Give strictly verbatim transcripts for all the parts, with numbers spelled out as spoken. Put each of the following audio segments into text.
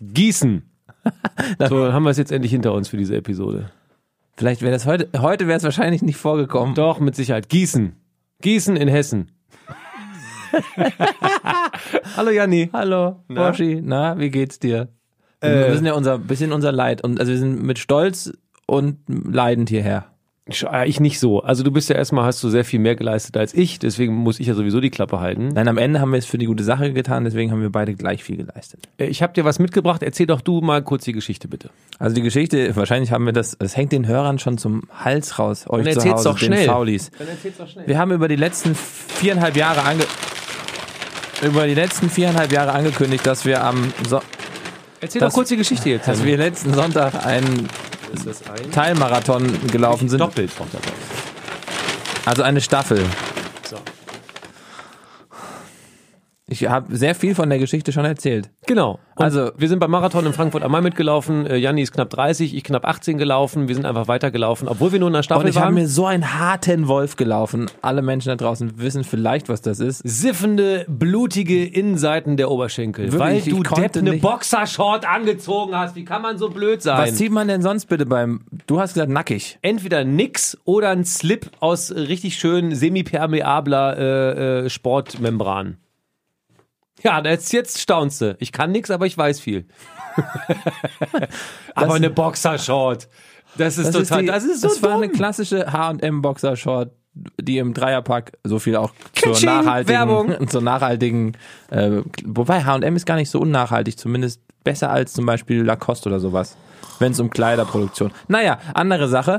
Gießen. So, haben wir es jetzt endlich hinter uns für diese Episode. Vielleicht wäre das heute, heute wäre es wahrscheinlich nicht vorgekommen. Doch, mit Sicherheit. Gießen. Gießen in Hessen. Hallo Janni. Hallo, Borschi. Na, wie geht's dir? Äh, wir wissen ja unser, bisschen unser Leid. Und also wir sind mit Stolz und leidend hierher. Ich nicht so. Also du bist ja erstmal, hast du sehr viel mehr geleistet als ich, deswegen muss ich ja sowieso die Klappe halten. Nein, am Ende haben wir es für die gute Sache getan, deswegen haben wir beide gleich viel geleistet. Ich habe dir was mitgebracht, erzähl doch du mal kurz die Geschichte bitte. Also die Geschichte, wahrscheinlich haben wir das, das hängt den Hörern schon zum Hals raus, euch Dann zu Hause, doch den schnell. Faulis. Dann erzähl's doch schnell. Wir haben über die letzten viereinhalb Jahre ange über die letzten viereinhalb Jahre angekündigt, dass wir am so Erzähl das, doch kurz die Geschichte jetzt. Dass wir letzten Sonntag einen ist das ein? Teilmarathon gelaufen sind. Doppelt auch dabei. Also eine Staffel. So. Ich habe sehr viel von der Geschichte schon erzählt. Genau. Und Also wir sind beim Marathon in Frankfurt am Main mitgelaufen. Äh, Janni ist knapp dreißig, ich knapp achtzehn gelaufen. Wir sind einfach weitergelaufen, obwohl wir nur in der Staffel und ich waren. habe mir so einen harten Wolf gelaufen. Alle Menschen da draußen wissen vielleicht, was das ist. Siffende, blutige Innenseiten der Oberschenkel. Wirklich, weil ich du konnte Depp eine nicht- Boxershort angezogen hast. Wie kann man so blöd sein? Was zieht man denn sonst bitte beim... Du hast gesagt nackig. Entweder nix oder ein Slip aus richtig schön semipermeabler äh, äh, Sportmembran. Ja, jetzt, jetzt staunst du. Ich kann nix, aber ich weiß viel. aber eine Boxershort. Das ist Das total, ist die, das ist so Das war dumm. eine klassische H und M Boxershort, die im Dreierpack, so viel auch zur Katsching, nachhaltigen, Werbung. zur nachhaltigen, äh, wobei H und M ist gar nicht so unnachhaltig, zumindest besser als zum Beispiel Lacoste oder sowas, wenn es um Kleiderproduktion. Naja, andere Sache.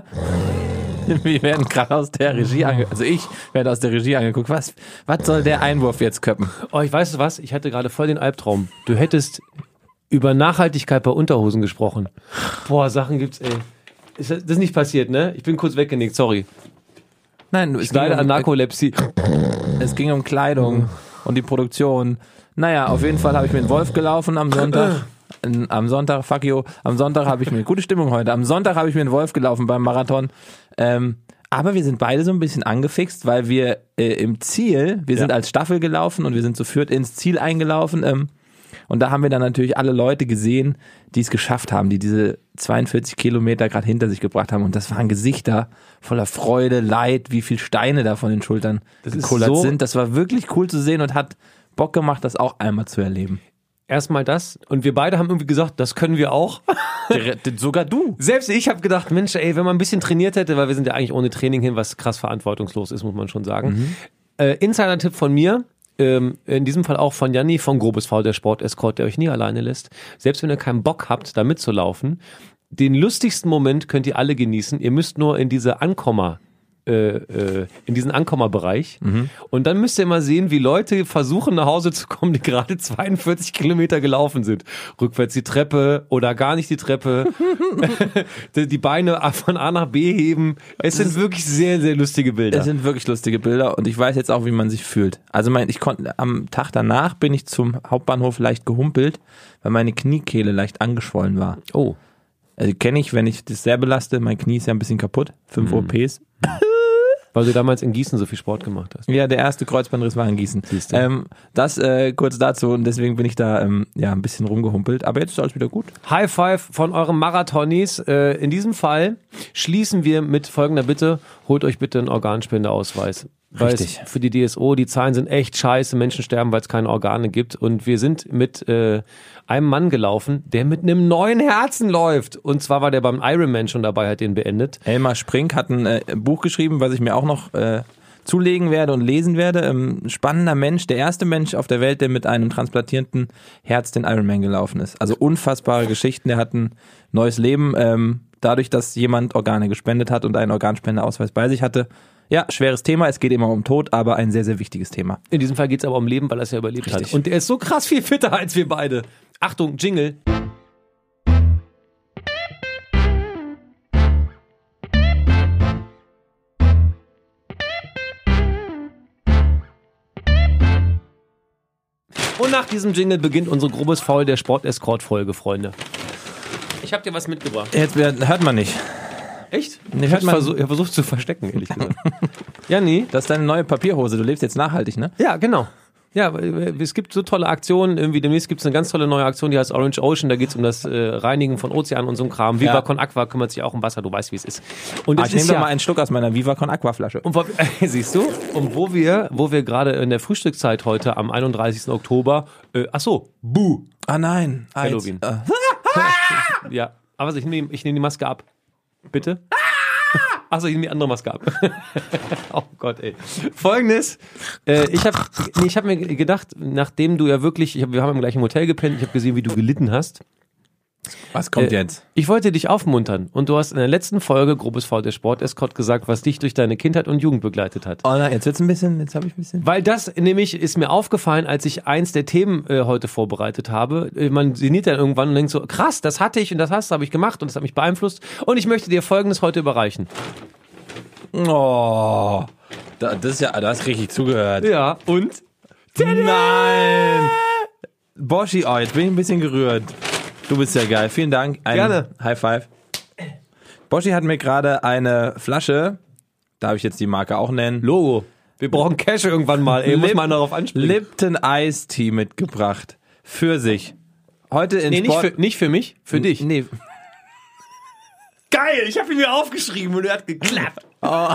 Wir werden gerade aus der Regie angeguckt, also ich werde aus der Regie angeguckt. Was, was soll der Einwurf jetzt köppen? Oh, ich weiß was, ich hatte gerade voll den Albtraum. Du hättest über Nachhaltigkeit bei Unterhosen gesprochen. Boah, Sachen gibt's, ey. Ist das, das ist nicht passiert, ne? Ich bin kurz weggenickt, sorry. Nein, es Ich ging, leide an um, Narkolepsie. es ging um Kleidung und die Produktion. Naja, auf jeden Fall habe ich mit Wolf gelaufen am Sonntag. Am Sonntag, fuck you, am Sonntag habe ich mir, gute Stimmung heute, am Sonntag habe ich mir einen Wolf gelaufen beim Marathon. Ähm, aber wir sind beide so ein bisschen angefixt, weil wir äh, im Ziel, wir sind Ja. als Staffel gelaufen und wir sind zu viert ins Ziel eingelaufen. Ähm, und da haben wir dann natürlich alle Leute gesehen, die es geschafft haben, die diese zweiundvierzig Kilometer gerade hinter sich gebracht haben. Und das waren Gesichter voller Freude, Leid, wie viel Steine da von den Schultern Das ist gekullert so- sind. Das war wirklich cool zu sehen und hat Bock gemacht, das auch einmal zu erleben. Erstmal das. Und wir beide haben irgendwie gesagt, das können wir auch. Sogar du. Selbst ich habe gedacht, Mensch, ey, wenn man ein bisschen trainiert hätte, weil wir sind ja eigentlich ohne Training hin, was krass verantwortungslos ist, muss man schon sagen. Mhm. Äh, Insider-Tipp von mir, ähm, in diesem Fall auch von Janni von Grobes Faul, der Sport-Escort, der euch nie alleine lässt. Selbst wenn ihr keinen Bock habt, da mitzulaufen, den lustigsten Moment könnt ihr alle genießen. Ihr müsst nur in diese Ankomma Äh, äh, in diesen Ankommerbereich. Mhm. Und dann müsst ihr mal sehen, wie Leute versuchen, nach Hause zu kommen, die gerade zweiundvierzig Kilometer gelaufen sind. Rückwärts die Treppe oder gar nicht die Treppe. die die Beine von A nach B heben. Es sind wirklich sehr, sehr lustige Bilder. Es sind wirklich lustige Bilder und ich weiß jetzt auch, wie man sich fühlt. Also mein, ich konnte am Tag danach bin ich zum Hauptbahnhof leicht gehumpelt, weil meine Kniekehle leicht angeschwollen war. Oh. Also kenne ich, wenn ich das sehr belaste, mein Knie ist ja ein bisschen kaputt. Fünf O Ps. Weil du damals in Gießen so viel Sport gemacht hast. Ja, der erste Kreuzbandriss war in Gießen. Siehst du. Ähm, das äh, kurz dazu und deswegen bin ich da ähm, ja ein bisschen rumgehumpelt. Aber jetzt ist alles wieder gut. High Five von eurem Marathonis. Äh, in diesem Fall schließen wir mit folgender Bitte. Holt euch bitte einen Organspendeausweis. Weil Richtig. es für die D S O, die Zahlen sind echt scheiße. Menschen sterben, weil es keine Organe gibt. Und wir sind mit äh, einem Mann gelaufen, der mit einem neuen Herzen läuft. Und zwar war der beim Ironman schon dabei, hat den beendet. Elmar Sprink hat ein äh, Buch geschrieben, was ich mir auch noch äh, zulegen werde und lesen werde. Ähm, spannender Mensch, der erste Mensch auf der Welt, der mit einem transplantierten Herz den Ironman gelaufen ist. Also unfassbare Geschichten, der hat ein neues Leben, ähm, dadurch, dass jemand Organe gespendet hat und einen Organspendeausweis bei sich hatte. Ja, schweres Thema, es geht immer um Tod, aber ein sehr, sehr wichtiges Thema. In diesem Fall geht es aber um Leben, weil er es ja überlebt Richtig. hat. Und der ist so krass viel fitter als wir beide. Achtung, Jingle. Und nach diesem Jingle beginnt unsere Grobes Faul der Sport-Escort-Folge, Freunde. Ich habe dir was mitgebracht. Jetzt hört man nicht. Echt? Nee, Ich hört habe man- versucht, hab versucht zu verstecken, ehrlich gesagt. Ja, nee. Das ist deine neue Papierhose, du lebst jetzt nachhaltig, ne? Ja, genau. Ja, es gibt so tolle Aktionen. Irgendwie demnächst gibt es eine ganz tolle neue Aktion, die heißt Orange Ocean. Da geht es um das äh, Reinigen von Ozeanen und so ein Kram. Viva Ja. Con Aqua kümmert sich auch um Wasser. Du weißt, wie es ist. Und Ah, es ich nehme ist doch ja, mal einen Schluck aus meiner Viva Con Aqua Flasche. und wo, siehst du? Und wo wir, wo wir gerade in der Frühstückszeit heute am einunddreißigsten Oktober, äh, ach so, Buh, Ah nein. Halloween. Äh, Ja, aber ich nehme ich nehm die Maske ab. Bitte? Achso, ich nehme die andere Maske ab. Oh Gott, ey. Folgendes, äh, ich habe nee, ich hab mir gedacht, nachdem du ja wirklich, ich hab, wir haben im gleichen Hotel gepennt, ich habe gesehen, wie du gelitten hast. was kommt Äh, jetzt? Ich wollte dich aufmuntern und du hast in der letzten Folge, Grobes Faul, der Sport-Escort, gesagt, was dich durch deine Kindheit und Jugend begleitet hat. Oh nein, jetzt wird's ein bisschen, jetzt habe ich ein bisschen. Weil das nämlich ist mir aufgefallen, als ich eins der Themen äh, heute vorbereitet habe. Äh, man sinniert dann irgendwann und denkt so, krass, das hatte ich und das hast, habe ich gemacht und das hat mich beeinflusst. Und ich möchte dir Folgendes heute überreichen. Oh, da, das ist ja, da hast richtig zugehört. Ja, und? Nein! Boschi, oh, jetzt bin ich ein bisschen gerührt. Du bist ja geil. Vielen Dank. Ein Gerne. High Five. Boschi hat mir gerade eine Flasche, darf ich jetzt die Marke auch nennen, Logo. Wir brauchen Cash irgendwann mal, ey. Muss Lip- man darauf anspringen. Lipton Ice Tea mitgebracht. Für sich. Heute in nee, nicht Sport... für, nicht für mich, für dich. Nee. Geil, ich habe ihn mir aufgeschrieben und er hat geklappt. Oh,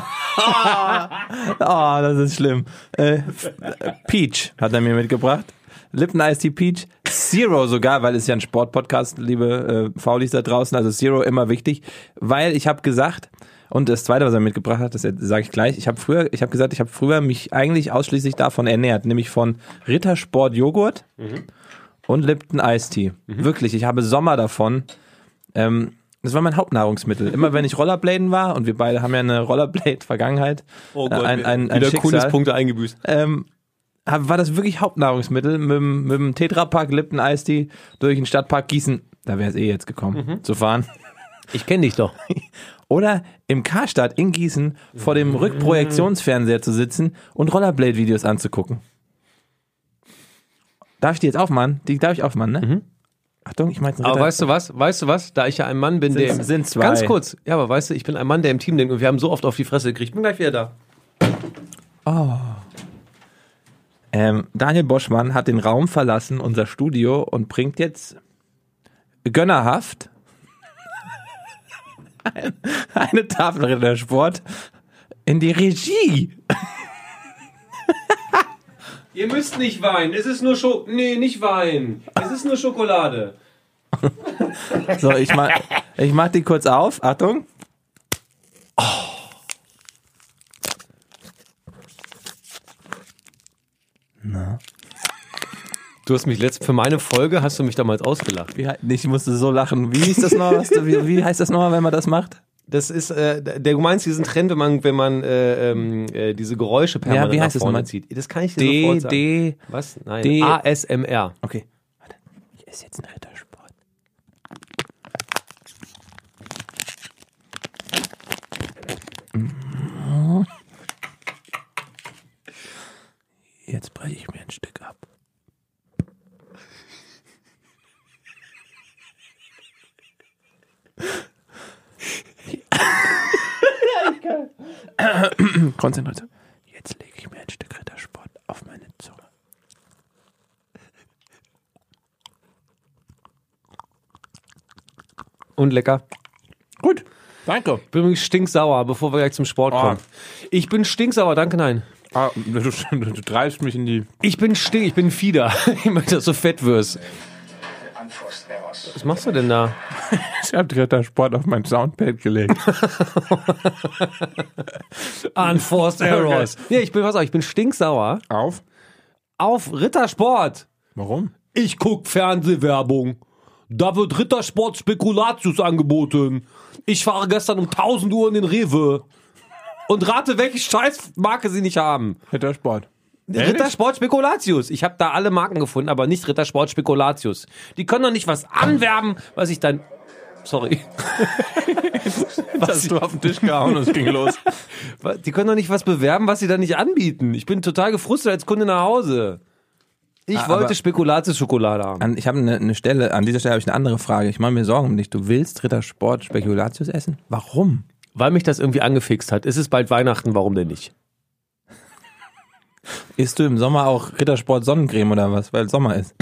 das ist schlimm. Äh, Peach hat er mir mitgebracht. Lipton Ice Tea Peach. Zero sogar, weil es ja ein Sportpodcast, liebe äh, Faulis da draußen. Also Zero immer wichtig. Weil ich habe gesagt, und das Zweite, was er mitgebracht hat, das sage ich gleich, ich habe früher, ich habe gesagt, ich habe früher mich eigentlich ausschließlich davon ernährt, nämlich von Rittersport Joghurt mhm. und Lipton Ice Tea. Mhm. Wirklich, ich habe Sommer davon. Ähm, Das war mein Hauptnahrungsmittel. Immer wenn ich Rollerbladen war, und wir beide haben ja eine Rollerblade-Vergangenheit, Oh Gott, ein, ein, ein wieder Schicksal, Kunis-Punkte eingebüßt. ähm, hab- war das wirklich Hauptnahrungsmittel mit, dem- mit dem Tetrapack Lipton Ice Tea durch den Stadtpark Gießen, da wäre es eh jetzt gekommen, Mhm. zu fahren. Ich kenne dich doch. Oder im Karstadt in Gießen vor dem Rückprojektionsfernseher zu sitzen und Rollerblade-Videos anzugucken. Darf ich die jetzt aufmachen? Die darf ich aufmachen, ne? Mhm. Achtung, ich meine Aber weißt du was? Weißt du was? Da ich ja ein Mann bin, der... im- sind zwei. Ganz kurz. Ja, aber weißt du, ich bin ein Mann, der im Team denkt und wir haben so oft auf die Fresse gekriegt. Ich bin gleich wieder da. Ähm, Daniel Boschmann hat den Raum verlassen, unser Studio, und bringt jetzt gönnerhaft ein, eine Tafel Rittersport in die Regie. Ihr müsst nicht weinen. Es ist nur Scho... Nee, nicht weinen. Es ist nur Schokolade. So, ich mach, ich mach die kurz auf. Achtung. Du hast mich letzt für meine Folge hast du mich damals ausgelacht. Wie, ich musste so lachen. Wie hieß das noch? Was, wie, wie heißt das nochmal, wenn man das macht? Das ist, äh, der, du meinst diesen Trend, wenn man, wenn man äh, ähm, äh, diese Geräusche permanent Ja, wie heißt nach das vorne nochmal? zieht. Das kann ich dir D, sofort sagen. D. Was? Nein. D- A S M R. Okay. Warte. Ich esse jetzt einen Rittersport. Jetzt breche ich mir ein Stück ab. Konzentration. Jetzt lege ich mir ein Stück Rittersport auf meine Zunge. Und lecker. Gut, danke. Ich bin übrigens stinksauer, bevor wir gleich zum Sport Oh. kommen. Ich bin stinksauer, danke, nein. Ah, du, du, du treibst mich in die... Ich bin stink, ich bin ein Fieder. Ich möchte, dass du fett wirst. Was machst du denn da? Ich habe Rittersport auf mein Soundpad gelegt. Unforced Errors. Nee, ich bin, was auch, ich bin stinksauer Auf? auf Rittersport. Warum? Ich guck Fernsehwerbung. Da wird Rittersport Spekulatius angeboten. Ich fahre gestern um tausend Uhr in den Rewe. Und rate, welche Scheißmarke sie nicht haben. Rittersport. Rittersport Spekulatius. Ich habe da alle Marken gefunden, aber nicht Rittersport Spekulatius. Die können doch nicht was anwerben, was ich dann... Sorry. Was hast du auf den Tisch gehauen und es ging los. Die können doch nicht was bewerben, was sie dann nicht anbieten. Ich bin total gefrustet als Kunde nach Hause. Ich Ah, wollte aber- Spekulatius-Schokolade haben. An, ich habe eine, eine Stelle, an dieser Stelle habe ich eine andere Frage. Ich mache mir Sorgen um dich. Du willst Rittersport Spekulatius essen? Warum? Weil mich das irgendwie angefixt hat. Es ist bald Weihnachten, warum denn nicht? Isst du im Sommer auch Rittersport Sonnencreme oder was, weil Sommer ist?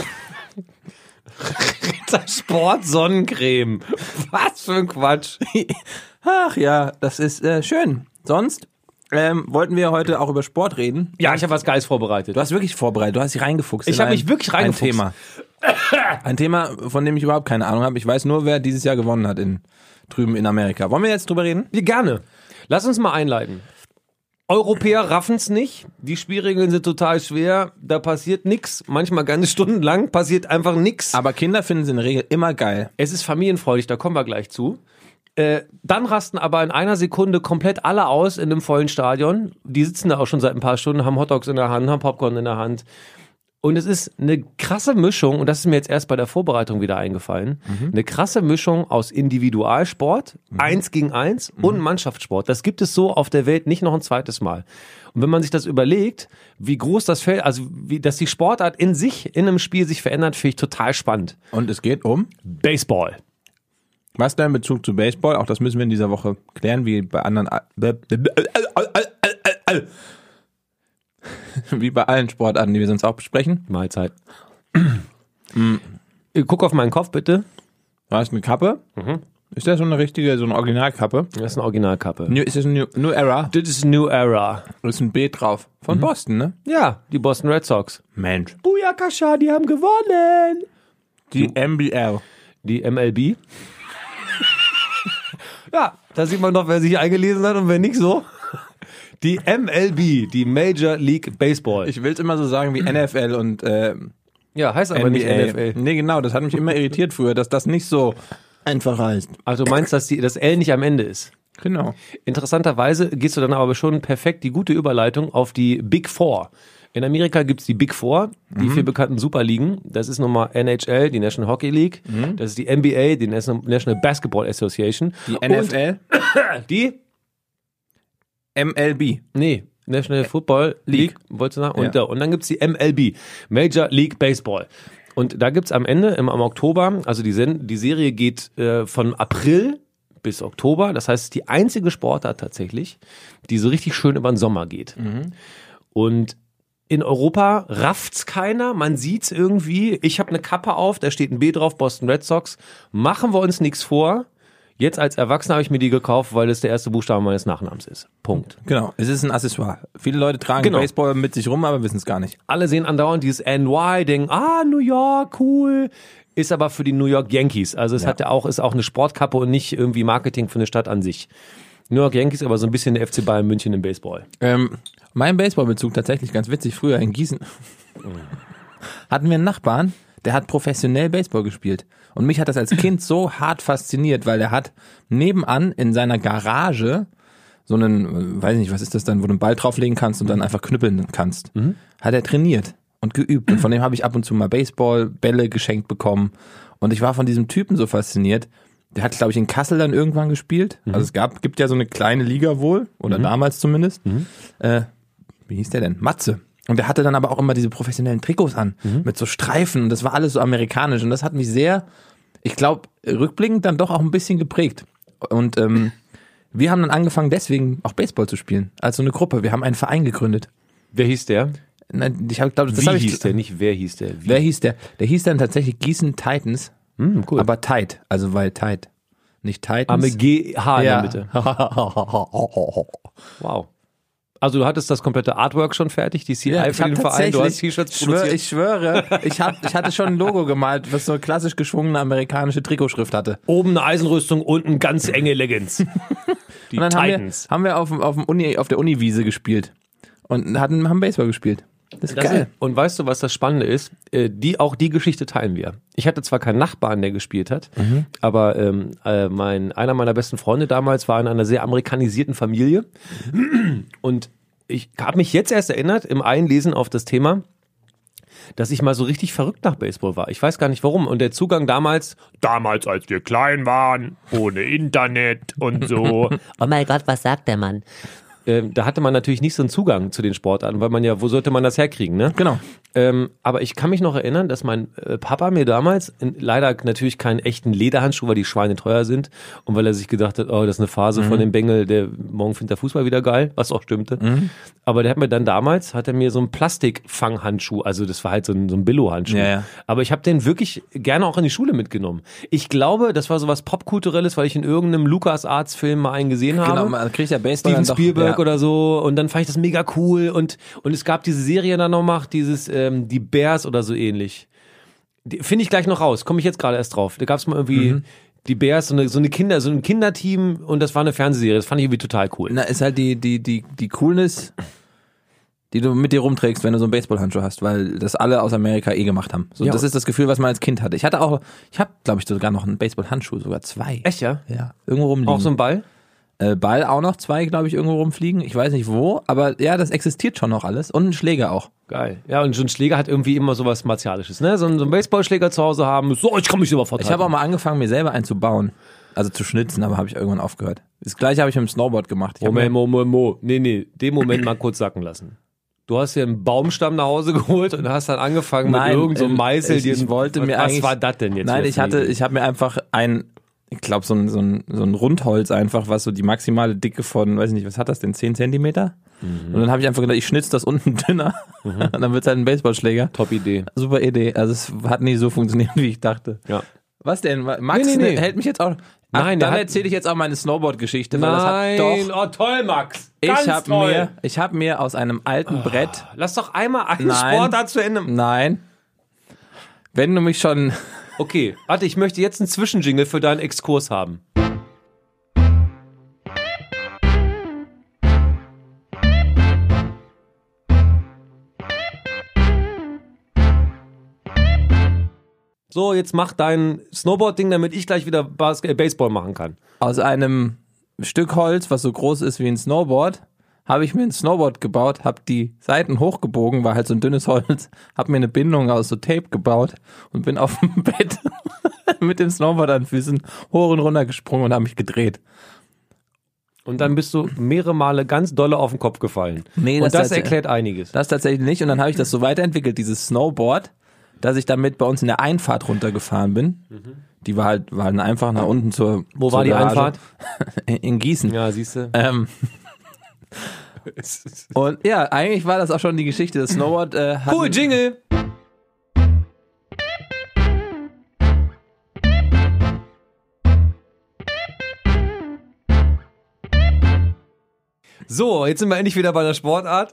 Rittersport Sonnencreme. Was für ein Quatsch. Ach ja, das ist äh, schön. Sonst ähm, wollten wir heute auch über Sport reden. Ja, ich habe was Geiles vorbereitet. Du hast wirklich vorbereitet, du hast dich reingefuchst. Ich habe mich wirklich reingefuchst. Ein Thema. Ein Thema, von dem ich überhaupt keine Ahnung habe. Ich weiß nur, wer dieses Jahr gewonnen hat in drüben in Amerika. Wollen wir jetzt drüber reden? Ja, gerne. Lass uns mal einleiten. Europäer raffen's nicht. Die Spielregeln sind total schwer. Da passiert nix. Manchmal ganz stundenlang passiert einfach nix. Aber Kinder finden sie in der Regel immer geil. Es ist familienfreundlich, da kommen wir gleich zu. Äh, dann rasten aber in einer Sekunde komplett alle aus in einem vollen Stadion. Die sitzen da auch schon seit ein paar Stunden, haben Hotdogs in der Hand, haben Popcorn in der Hand. Und es ist eine krasse Mischung, und das ist mir jetzt erst bei der Vorbereitung wieder eingefallen, mhm. eine krasse Mischung aus Individualsport, mhm. eins gegen eins mhm. und Mannschaftssport. Das gibt es so auf der Welt nicht noch ein zweites Mal. Und wenn man sich das überlegt, wie groß das Feld, also wie, dass die Sportart in sich, in einem Spiel sich verändert, finde ich total spannend. Und es geht um Baseball. Was ist dein Bezug zu Baseball? Auch das müssen wir in dieser Woche klären, wie bei anderen... Wie bei allen Sportarten, die wir sonst auch besprechen. Mahlzeit. Guck auf meinen Kopf, bitte. Du hast eine Kappe. Mhm. Ist das so eine richtige, so eine Originalkappe? Das ist eine Originalkappe. New, ist das ein New, New Era? Das ist New Era. Da ist ein B drauf. Von mhm. Boston, ne? Ja, die Boston Red Sox. Mensch. Booyakasha, die haben gewonnen. Die M B L. Die M L B. Ja, da sieht man doch, wer sich eingelesen hat und wer nicht so. Die M L B, die Major League Baseball. Ich will es immer so sagen wie N F L und äh, ja, heißt aber N B A. nicht N F L. Nee, genau, das hat mich immer irritiert früher, dass das nicht so einfach heißt. Also du meinst, dass die, das L nicht am Ende ist? Genau. Interessanterweise gehst du dann aber schon perfekt die gute Überleitung auf die Big Four. In Amerika gibt's die Big Four, die mhm. vier bekannten Superligen. Das ist nochmal N H L, die National Hockey League. Mhm. Das ist die N B A, die National Basketball Association. Die N F L? Und die M L B. Nee, National Football League, wolltest du sagen? Und, ja. und dann gibt's die M L B, Major League Baseball. Und da gibt's am Ende, im, am Oktober, also die, Sen- die Serie geht äh, von April bis Oktober. Das heißt, es ist die einzige Sportart tatsächlich, die so richtig schön über den Sommer geht. Mhm. Und in Europa rafft's keiner, man sieht's irgendwie. Ich habe eine Kappe auf, da steht ein B drauf, Boston Red Sox. Machen wir uns nichts vor. Jetzt als Erwachsener habe ich mir die gekauft, weil es der erste Buchstabe meines Nachnamens ist. Punkt. Genau, es ist ein Accessoire. Viele Leute tragen genau. Baseball mit sich rum, aber wissen es gar nicht. Alle sehen andauernd dieses N Y, denken, ah, New York, cool. Ist aber für die New York Yankees. Also es ja. hat ja auch, ist auch eine Sportkappe und nicht irgendwie Marketing für eine Stadt an sich. New York Yankees, aber so ein bisschen der F C Bayern München im Baseball. Ähm, mein Baseballbezug tatsächlich ganz witzig. Früher in Gießen hatten wir einen Nachbarn, der hat professionell Baseball gespielt. Und mich hat das als Kind so hart fasziniert, weil er hat nebenan in seiner Garage so einen, weiß nicht, was ist das dann, wo du einen Ball drauflegen kannst und dann einfach knüppeln kannst. Mhm. Hat er trainiert und geübt. Und von dem habe ich ab und zu mal Baseballbälle geschenkt bekommen. Und ich war von diesem Typen so fasziniert. Der hat, glaube ich, in Kassel dann irgendwann gespielt. Mhm. Also es gab, gibt ja so eine kleine Liga wohl, oder mhm. damals zumindest. Mhm. Äh, wie hieß der denn? Matze. Und der hatte dann aber auch immer diese professionellen Trikots an, mhm. mit so Streifen. Und das war alles so amerikanisch. Und das hat mich sehr, ich glaube, rückblickend dann doch auch ein bisschen geprägt. Und ähm, wir haben dann angefangen, deswegen auch Baseball zu spielen. Als so eine Gruppe. Wir haben einen Verein gegründet. Wer hieß der? Nein, ich hab, glaub, das Wie hab ich, hieß der? Nicht wer hieß der? Wie? Wer hieß der? Der hieß dann tatsächlich Gießen Titans. Mm, cool. Aber tight, also weil tight. Nicht Titans. Ah, mit G H ja. in der Mitte. Wow. Also du hattest das komplette Artwork schon fertig, die C I ja, für den Verein, du hast T-Shirts produziert. Ich schwöre, ich, hab, ich hatte schon ein Logo gemalt, was so eine klassisch geschwungene amerikanische Trikotschrift hatte. Oben eine Eisenrüstung, unten ganz enge Leggings. Die und dann Titans. Haben wir, haben wir auf, auf, dem Uni, auf der Uniwiese gespielt und hatten, haben Baseball gespielt. Das ist das geil. Ist, und weißt du, was das Spannende ist? Äh, die, auch die Geschichte teilen wir. Ich hatte zwar keinen Nachbarn, der gespielt hat, mhm. aber ähm, äh, mein, einer meiner besten Freunde damals war in einer sehr amerikanisierten Familie. Mhm. Und ich habe mich jetzt erst erinnert, im Einlesen auf das Thema, dass ich mal so richtig verrückt nach Baseball war. Ich weiß gar nicht warum. Und der Zugang damals, damals als wir klein waren, ohne Internet und so. Oh mein Gott, was sagt der Mann? Ähm, da hatte man natürlich nicht so einen Zugang zu den Sportarten, weil man ja, wo sollte man das herkriegen, ne? Genau. Ähm, aber ich kann mich noch erinnern, dass mein äh, Papa mir damals, in, leider natürlich keinen echten Lederhandschuh, weil die Schweine teuer sind und weil er sich gedacht hat, oh, das ist eine Phase mhm. von dem Bengel, der morgen findet der Fußball wieder geil, was auch stimmte. Mhm. Aber der hat mir dann damals, hat er mir so einen Plastikfanghandschuh, also das war halt so ein, so ein Billo-Handschuh. Ja, ja. Aber ich habe den wirklich gerne auch in die Schule mitgenommen. Ich glaube, das war so was Popkulturelles, weil ich in irgendeinem LucasArts-Film mal einen gesehen habe. Genau, man kriegt ja Baseball Steven dann Spielberg doch, ja. oder so und dann fand ich das mega cool und, und es gab diese Serie dann noch mal, dieses ähm, die Bears oder so ähnlich. Finde ich gleich noch raus, komme ich jetzt gerade erst drauf. Da gab es mal irgendwie mhm. die Bears, so eine, so eine Kinder, so ein Kinderteam und das war eine Fernsehserie, das fand ich irgendwie total cool. Na, ist halt die, die, die, die Coolness, die du mit dir rumträgst, wenn du so einen Baseballhandschuh hast, weil das alle aus Amerika eh gemacht haben. So, ja. Das ist das Gefühl, was man als Kind hatte. Ich hatte auch, ich habe, glaube ich, sogar noch einen Baseballhandschuh, sogar zwei. Echt, ja? Ja, irgendwo rumliegen. Auch so ein Ball? Äh, Ball auch noch zwei, glaube ich, irgendwo rumfliegen. Ich weiß nicht wo, aber ja, das existiert schon noch alles. Und ein Schläger auch. Geil. Ja, und so ein Schläger hat irgendwie immer sowas Martialisches, ne? So ein, so ein Baseballschläger zu Hause haben, so, ich kann mich immer verteidigen. Ich habe auch mal angefangen, mir selber einen zu bauen. Also zu schnitzen, aber habe ich irgendwann aufgehört. Das gleiche habe ich mit dem Snowboard gemacht. Ich Moment, Moment, Moment. Nee, nee, den Moment mal kurz sacken lassen. Du hast dir einen Baumstamm nach Hause geholt und hast dann angefangen Nein, mit irgendeinem so Meißel. Ich, ich wollte was, mir was eigentlich, war das denn jetzt? Nein, ich hatte, Idee? ich habe mir einfach ein, ich glaube so ein, so, ein, so ein Rundholz einfach, was so die maximale Dicke von, weiß ich nicht, was hat das denn, zehn Zentimeter? Mhm. Und dann habe ich einfach gedacht, ich schnitze das unten dünner mhm. und dann wird es halt ein Baseballschläger. Top Idee. Super Idee. Also es hat nicht so funktioniert, wie ich dachte. Ja. Was denn? Max nee, nee, nee. hält mich jetzt auch... Ach, Nein, dann hat... erzähle ich jetzt auch meine Snowboard-Geschichte. Nein, das hat doch, oh toll, Max. Ganz ich habe toll. mir, ich habe mir aus einem alten oh, Brett... Lass doch einmal einen Nein, Sportart zu Ende... Nein. Wenn du mich schon... Okay, warte, ich möchte jetzt einen Zwischenjingle für deinen Exkurs haben. So, jetzt mach dein Snowboard-Ding, damit ich gleich wieder Bas- äh, Baseball machen kann. Aus einem Stück Holz, was so groß ist wie ein Snowboard, habe ich mir ein Snowboard gebaut, habe die Seiten hochgebogen, war halt so ein dünnes Holz, habe mir eine Bindung aus so Tape gebaut und bin auf dem Bett mit dem Snowboard an den Füßen hoch und runter gesprungen und habe mich gedreht. Und dann bist du mehrere Male ganz dolle auf den Kopf gefallen. Nee, und das das erklärt einiges. Das tatsächlich nicht. Und dann habe ich das so weiterentwickelt, dieses Snowboard, dass ich damit bei uns in der Einfahrt runtergefahren bin. Mhm. Die war halt, war halt einfach nach unten zur Wo zur war die Garage. Einfahrt? In Gießen. Ja, siehst du. Ähm, und ja, eigentlich war das auch schon die Geschichte. Das Snowboard äh, hat... Cool, Jingle! So, jetzt sind wir endlich wieder bei der Sportart.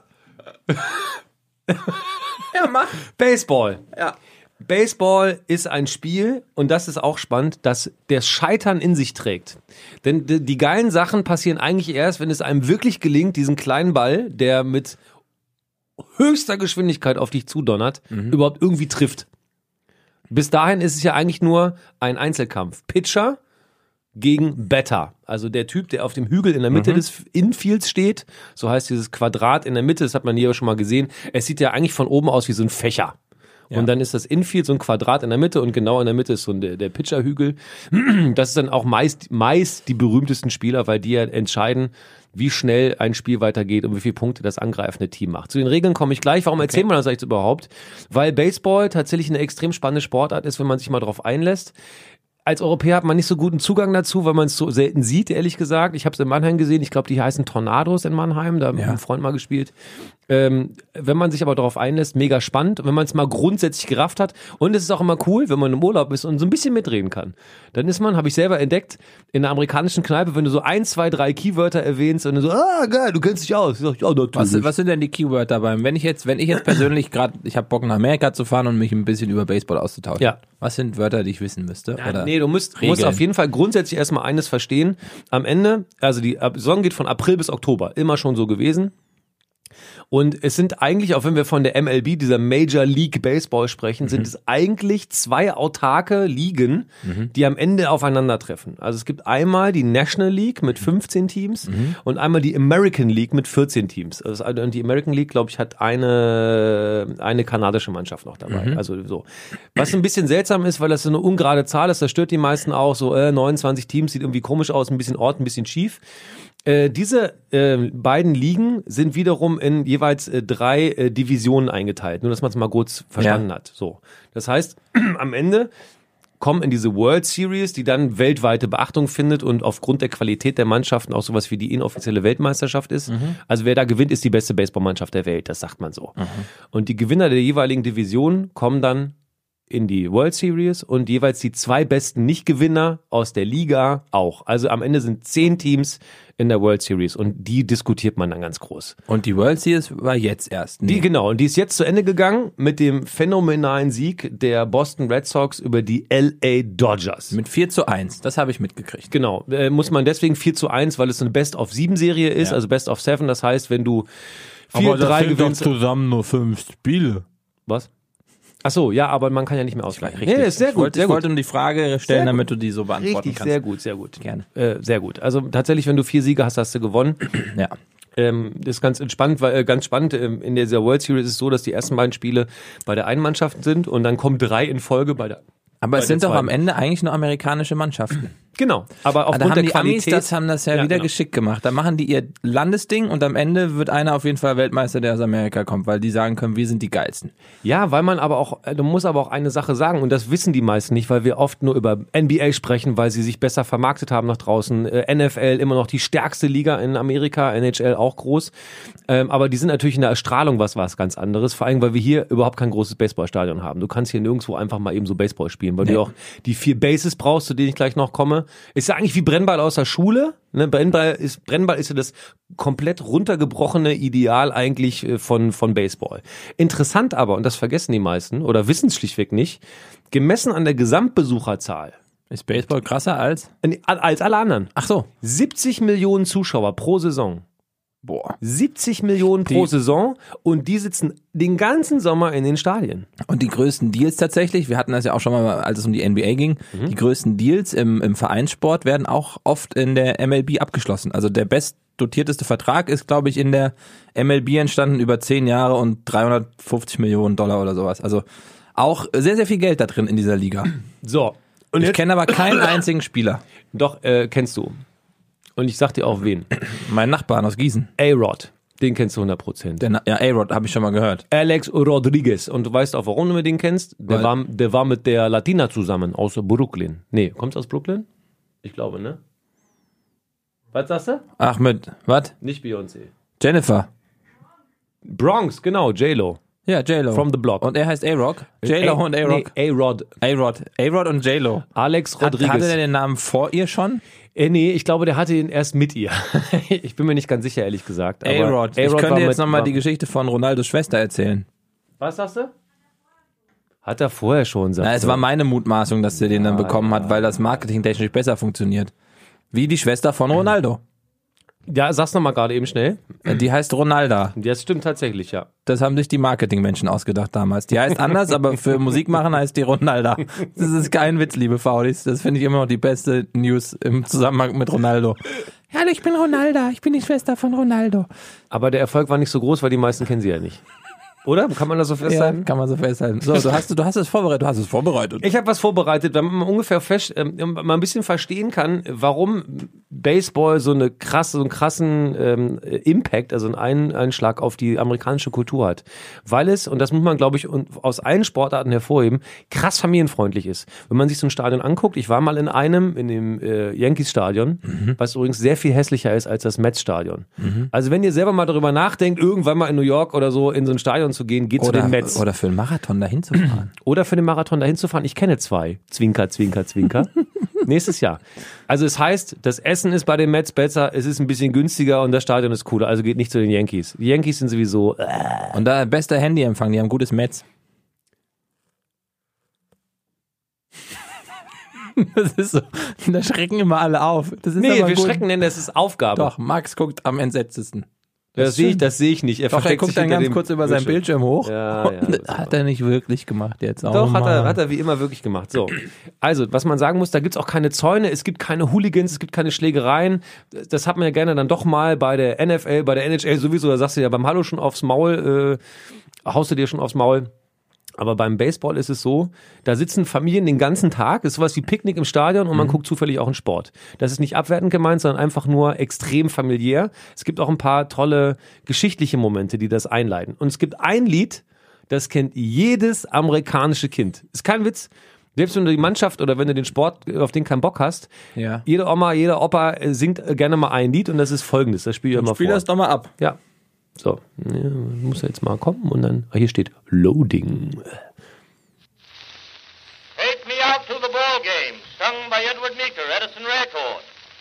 Ja, mach. Baseball. Ja. Baseball ist ein Spiel, und das ist auch spannend, das das Scheitern in sich trägt. Denn die, die geilen Sachen passieren eigentlich erst, wenn es einem wirklich gelingt, diesen kleinen Ball, der mit höchster Geschwindigkeit auf dich zudonnert, mhm. überhaupt irgendwie trifft. Bis dahin ist es ja eigentlich nur ein Einzelkampf. Pitcher gegen Batter. Also der Typ, der auf dem Hügel in der Mitte mhm. des Infields steht. So heißt dieses Quadrat in der Mitte, das hat man hier schon mal gesehen. Es sieht ja eigentlich von oben aus wie so ein Fächer. Ja. Und dann ist das Infield so ein Quadrat in der Mitte und genau in der Mitte ist so der, der Pitcherhügel. Das ist dann auch meist, meist die berühmtesten Spieler, weil die ja entscheiden, wie schnell ein Spiel weitergeht und wie viele Punkte das angreifende Team macht. Zu den Regeln komme ich gleich. Warum erzählen wir das eigentlich überhaupt? Weil Baseball tatsächlich eine extrem spannende Sportart ist, wenn man sich mal drauf einlässt. Als Europäer hat man nicht so guten Zugang dazu, weil man es so selten sieht, ehrlich gesagt. Ich habe es in Mannheim gesehen. Ich glaube, die heißen Tornados in Mannheim. Da haben ja. ein Freund mal gespielt. Ähm, wenn man sich aber darauf einlässt, mega spannend. Wenn man es mal grundsätzlich gerafft hat. Und es ist auch immer cool, wenn man im Urlaub ist und so ein bisschen mitreden kann. Dann ist man, habe ich selber entdeckt, in einer amerikanischen Kneipe, wenn du so ein, zwei, drei Keywörter erwähnst und du so, ah, geil, du kennst dich aus. Ich sag, ja, natürlich. Was, was sind denn die Keywörter beim? Wenn ich jetzt, wenn ich jetzt persönlich gerade, ich habe Bock nach Amerika zu fahren und mich ein bisschen über Baseball auszutauschen. Ja. Was sind Wörter, die ich wissen müsste? Ja, oder nee, du musst, musst auf jeden Fall grundsätzlich erstmal eines verstehen. Am Ende, also die Saison geht von April bis Oktober, immer schon so gewesen. Und es sind eigentlich, auch wenn wir von der M L B, dieser Major League Baseball sprechen, mhm. sind es eigentlich zwei autarke Ligen, mhm. die am Ende aufeinandertreffen. Also es gibt einmal die National League mit fünfzehn Teams mhm. und einmal die American League mit vierzehn Teams. Also die American League, glaube ich, hat eine, eine kanadische Mannschaft noch dabei. Mhm. Also so. Was ein bisschen seltsam ist, weil das so eine ungerade Zahl ist, das stört die meisten auch, so äh, neunundzwanzig Teams, sieht irgendwie komisch aus, ein bisschen Ort, ein bisschen schief. Äh, diese äh, beiden Ligen sind wiederum in jeweils äh, drei äh, Divisionen eingeteilt, nur dass man es mal kurz verstanden Ja. hat. So, das heißt, am Ende kommen in diese World Series, die dann weltweite Beachtung findet und aufgrund der Qualität der Mannschaften auch sowas wie die inoffizielle Weltmeisterschaft ist. Mhm. Also wer da gewinnt, ist die beste Baseballmannschaft der Welt, das sagt man so. Mhm. Und die Gewinner der jeweiligen Divisionen kommen dann in die World Series und jeweils die zwei besten Nicht-Gewinner aus der Liga auch. Also am Ende sind zehn Teams in der World Series und die diskutiert man dann ganz groß. Und die World Series war jetzt erst. Nee. Die, genau, und die ist jetzt zu Ende gegangen mit dem phänomenalen Sieg der Boston Red Sox über die L A Dodgers. Mit vier zu eins, das habe ich mitgekriegt. Genau, äh, muss man deswegen vier zu eins, weil es eine Best-of-sieben-Serie ist, Ja. also Best-of-Seven, das heißt, wenn du vier drei gewinnst... zusammen nur fünf Spiele. Was? Ach so, ja, aber man kann ja nicht mehr ausgleichen. Richtig. Nee, ist sehr ich gut, wollte, sehr ich gut. wollte nur die Frage stellen, Sehr damit du die so beantworten Richtig, kannst. sehr gut, sehr gut. Gerne. Äh, sehr gut. Also tatsächlich, wenn du vier Siege hast, hast du gewonnen. Ja. Ähm, das ist ganz entspannt, weil äh, ganz spannend. Ähm, in dieser World Series ist es so, dass die ersten beiden Spiele bei der einen Mannschaft sind und dann kommen drei in Folge bei der. Aber bei es sind der doch am zweiten. Ende eigentlich nur amerikanische Mannschaften. Genau, aber Da aufgrund haben der die Amis Qualität. das, haben das ja, Ja, wieder genau. geschickt gemacht. Da machen die ihr Landesding und am Ende wird einer auf jeden Fall Weltmeister, der aus Amerika kommt, weil die sagen können, wir sind die Geilsten. Ja, weil man aber auch, du musst aber auch eine Sache sagen und das wissen die meisten nicht, weil wir oft nur über N B A sprechen, weil sie sich besser vermarktet haben nach draußen. Äh, N F L immer noch die stärkste Liga in Amerika, N H L auch groß. Ähm, aber die sind natürlich in der Erstrahlung was was ganz anderes, vor allem weil wir hier überhaupt kein großes Baseballstadion haben. Du kannst hier nirgendwo einfach mal eben so Baseball spielen, weil Nee. du auch die vier Bases brauchst, zu denen ich gleich noch komme. Ist ja eigentlich wie Brennball aus der Schule. Ne? Brennball ist, Brennball ist ja das komplett runtergebrochene Ideal eigentlich äh, von, von Baseball. Interessant aber, und das vergessen die meisten oder wissen es schlichtweg nicht, gemessen an der Gesamtbesucherzahl, Ist Baseball krasser als? äh, als alle anderen, Ach so. siebzig Millionen Zuschauer pro Saison. Boah. siebzig Millionen pro Die- Saison und die sitzen den ganzen Sommer in den Stadien. Und die größten Deals tatsächlich, wir hatten das ja auch schon mal, als es um die N B A ging, die größten Deals im, im Vereinssport werden auch oft in der M L B abgeschlossen. Also der bestdotierteste Vertrag ist, glaube ich, in der M L B entstanden über zehn Jahre und dreihundertfünfzig Millionen Dollar oder sowas. Also auch sehr, sehr viel Geld da drin in dieser Liga. So. Und Ich jetzt, kenne aber keinen einzigen Spieler. doch, äh, kennst du. Und ich sag dir auch wen. Mein Nachbarn aus Gießen. A-Rod. Den kennst du hundert Prozent. Der Na- ja, A-Rod habe ich schon mal gehört. Alex Rodriguez. Und du weißt auch, warum du den kennst? Der Weil- war, der war mit der Latina zusammen aus Brooklyn. Nee, kommst du aus Brooklyn? Ich glaube, ne? Was sagst du? Ach, mit, was? Nicht Beyoncé. Jennifer. Bronx, genau, J-Lo. Ja, J-Lo. From the block. Und er heißt A-Rock? J-Lo und A-Rock? Nee, A-Rod. A-Rod. A-Rod und J-Lo. Alex Hat, Rodriguez. hatte der den Namen vor ihr schon? Äh, nee, ich glaube, der hatte ihn erst mit ihr. Ich bin mir nicht ganz sicher, ehrlich gesagt. aber A-Rod. Ich A-Rod könnte war jetzt mit- nochmal war- die Geschichte von Ronaldos Schwester erzählen. Was sagst du? Hat er vorher schon, sagt Na, es er. war meine Mutmaßung, dass der den dann bekommen hat, weil das marketingtechnisch besser funktioniert. Wie die Schwester von Ronaldo. Ja, sag's nochmal gerade eben schnell. Die heißt Ronalda. Das stimmt tatsächlich, ja. Das haben sich die Marketingmenschen ausgedacht damals. Die heißt anders, aber für Musik machen heißt die Ronalda. Das ist kein Witz, liebe Faulis. Das finde ich immer noch die beste News im Zusammenhang mit Ronaldo. Hallo, ich bin Ronalda. Ich bin die Schwester von Ronaldo. Aber der Erfolg war nicht so groß, weil die meisten kennen sie ja nicht. Oder? Kann man das so Ja, festhalten? kann man so festhalten. So, du hast, du hast es vorbereitet. Du hast es vorbereitet. Ich habe was vorbereitet, damit man ungefähr fest, ähm, mal ein bisschen verstehen kann, warum Baseball so eine krasse, so einen krassen ähm, Impact, also einen Einschlag auf die amerikanische Kultur hat. Weil es, und das muss man, glaube ich, aus allen Sportarten hervorheben, krass familienfreundlich ist. Wenn man sich so ein Stadion anguckt, ich war mal in einem, in dem äh, Yankees-Stadion, mhm. was übrigens sehr viel hässlicher ist als das Mets-Stadion. Mhm. Also wenn ihr selber mal darüber nachdenkt, irgendwann mal in New York oder so in so ein Stadion zu gehen, geht zu Oder, den Mets. oder für einen Marathon dahin zu fahren. Oder für den Marathon dahin zu fahren. Ich kenne zwei. Zwinker, zwinker, zwinker. Nächstes Jahr. Also es heißt, das Essen ist bei den Mets besser, es ist ein bisschen günstiger und das Stadion ist cooler. Also geht nicht zu den Yankees. Die Yankees sind sowieso... Äh. Und da bester Handyempfang, die haben gutes Netz. Das ist so, da schrecken immer alle auf. Das ist Nee, aber wir gut. schrecken denn, das ist Aufgabe. Doch, Max guckt am entsetztesten. Das, ist sehe ich, schön. das sehe ich nicht. Er Doch, er versteckt guckt sich dann hinter ganz dem kurz über seinen Bildschirm hoch. Ja, ja, das ist Hat er nicht wirklich gemacht jetzt auch. Doch, hat er, mal. hat er wie immer wirklich gemacht. So. Also, was man sagen muss, da gibt's auch keine Zäune, es gibt keine Hooligans, es gibt keine Schlägereien. Das hat man ja gerne dann doch mal bei der N F L, bei der N H L sowieso, da sagst du ja beim Hallo schon aufs Maul, äh, haust du dir schon aufs Maul. Aber beim Baseball ist es so, da sitzen Familien den ganzen Tag, ist sowas wie Picknick im Stadion und man mhm. guckt zufällig auch einen Sport. Das ist nicht abwertend gemeint, sondern einfach nur extrem familiär. Es gibt auch ein paar tolle geschichtliche Momente, die das einleiten. Und es gibt ein Lied, das kennt jedes amerikanische Kind. Ist kein Witz. Selbst wenn du die Mannschaft oder wenn du den Sport, auf den keinen Bock hast, ja. jede Oma, jeder Opa singt gerne mal ein Lied und das ist folgendes. Das spiele ich immer vor. Spiel das doch mal ab. Ja. So, ja, muss jetzt mal kommen und dann, ah, hier steht Loading. Take me out to the ball game, sung by Edward Meeker, Edison Record.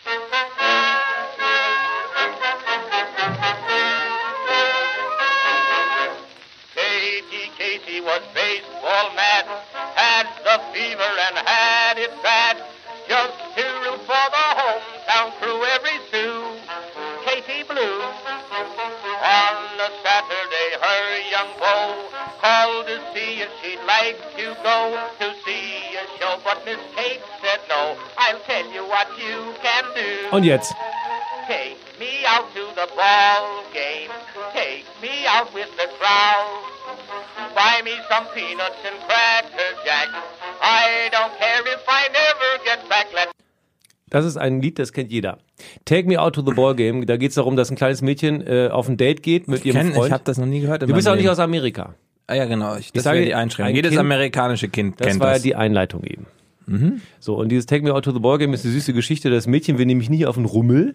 Casey, Casey was baseball mad, had the fever and had it bad, just to root for the hometown crew every Sioux. Casey Blue. On a Saturday, her young beau called to see if she'd like to go to see a show, but Miss Kate said no. I'll tell you what you can do. Und jetzt? Take me out to the ball game. Take me out with the crowd. Buy me some peanuts and cracker jack. I don't care if I never get back. Let Das ist ein Lied, das kennt jeder. Take Me Out to the Ball Game. Da geht es darum, dass ein kleines Mädchen äh, auf ein Date geht mit ich ihrem kenn, Freund. Ich habe das noch nie gehört. Du bist auch nicht aus Amerika. Ah ja, genau. Ich, das sage, wäre die Einschränkung. ein Jedes Kind, amerikanische Kind das kennt war das. die Einleitung eben. Mhm. So, und dieses Take Me Out to the Ball Game ist eine süße Geschichte. Das Mädchen will nämlich nicht auf den Rummel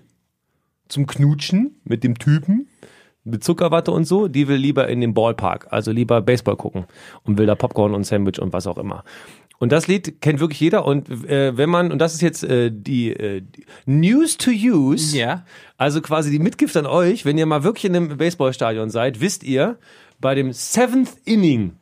zum Knutschen mit dem Typen, mit Zuckerwatte und so. Die will lieber in den Ballpark, also lieber Baseball gucken und will da Popcorn und Sandwich und was auch immer. Und das Lied kennt wirklich jeder und äh, wenn man, und das ist jetzt äh, die, äh, die News to Use, ja. also quasi die Mitgift an euch, wenn ihr mal wirklich in einem Baseballstadion seid, wisst ihr, bei dem Seventh Inning,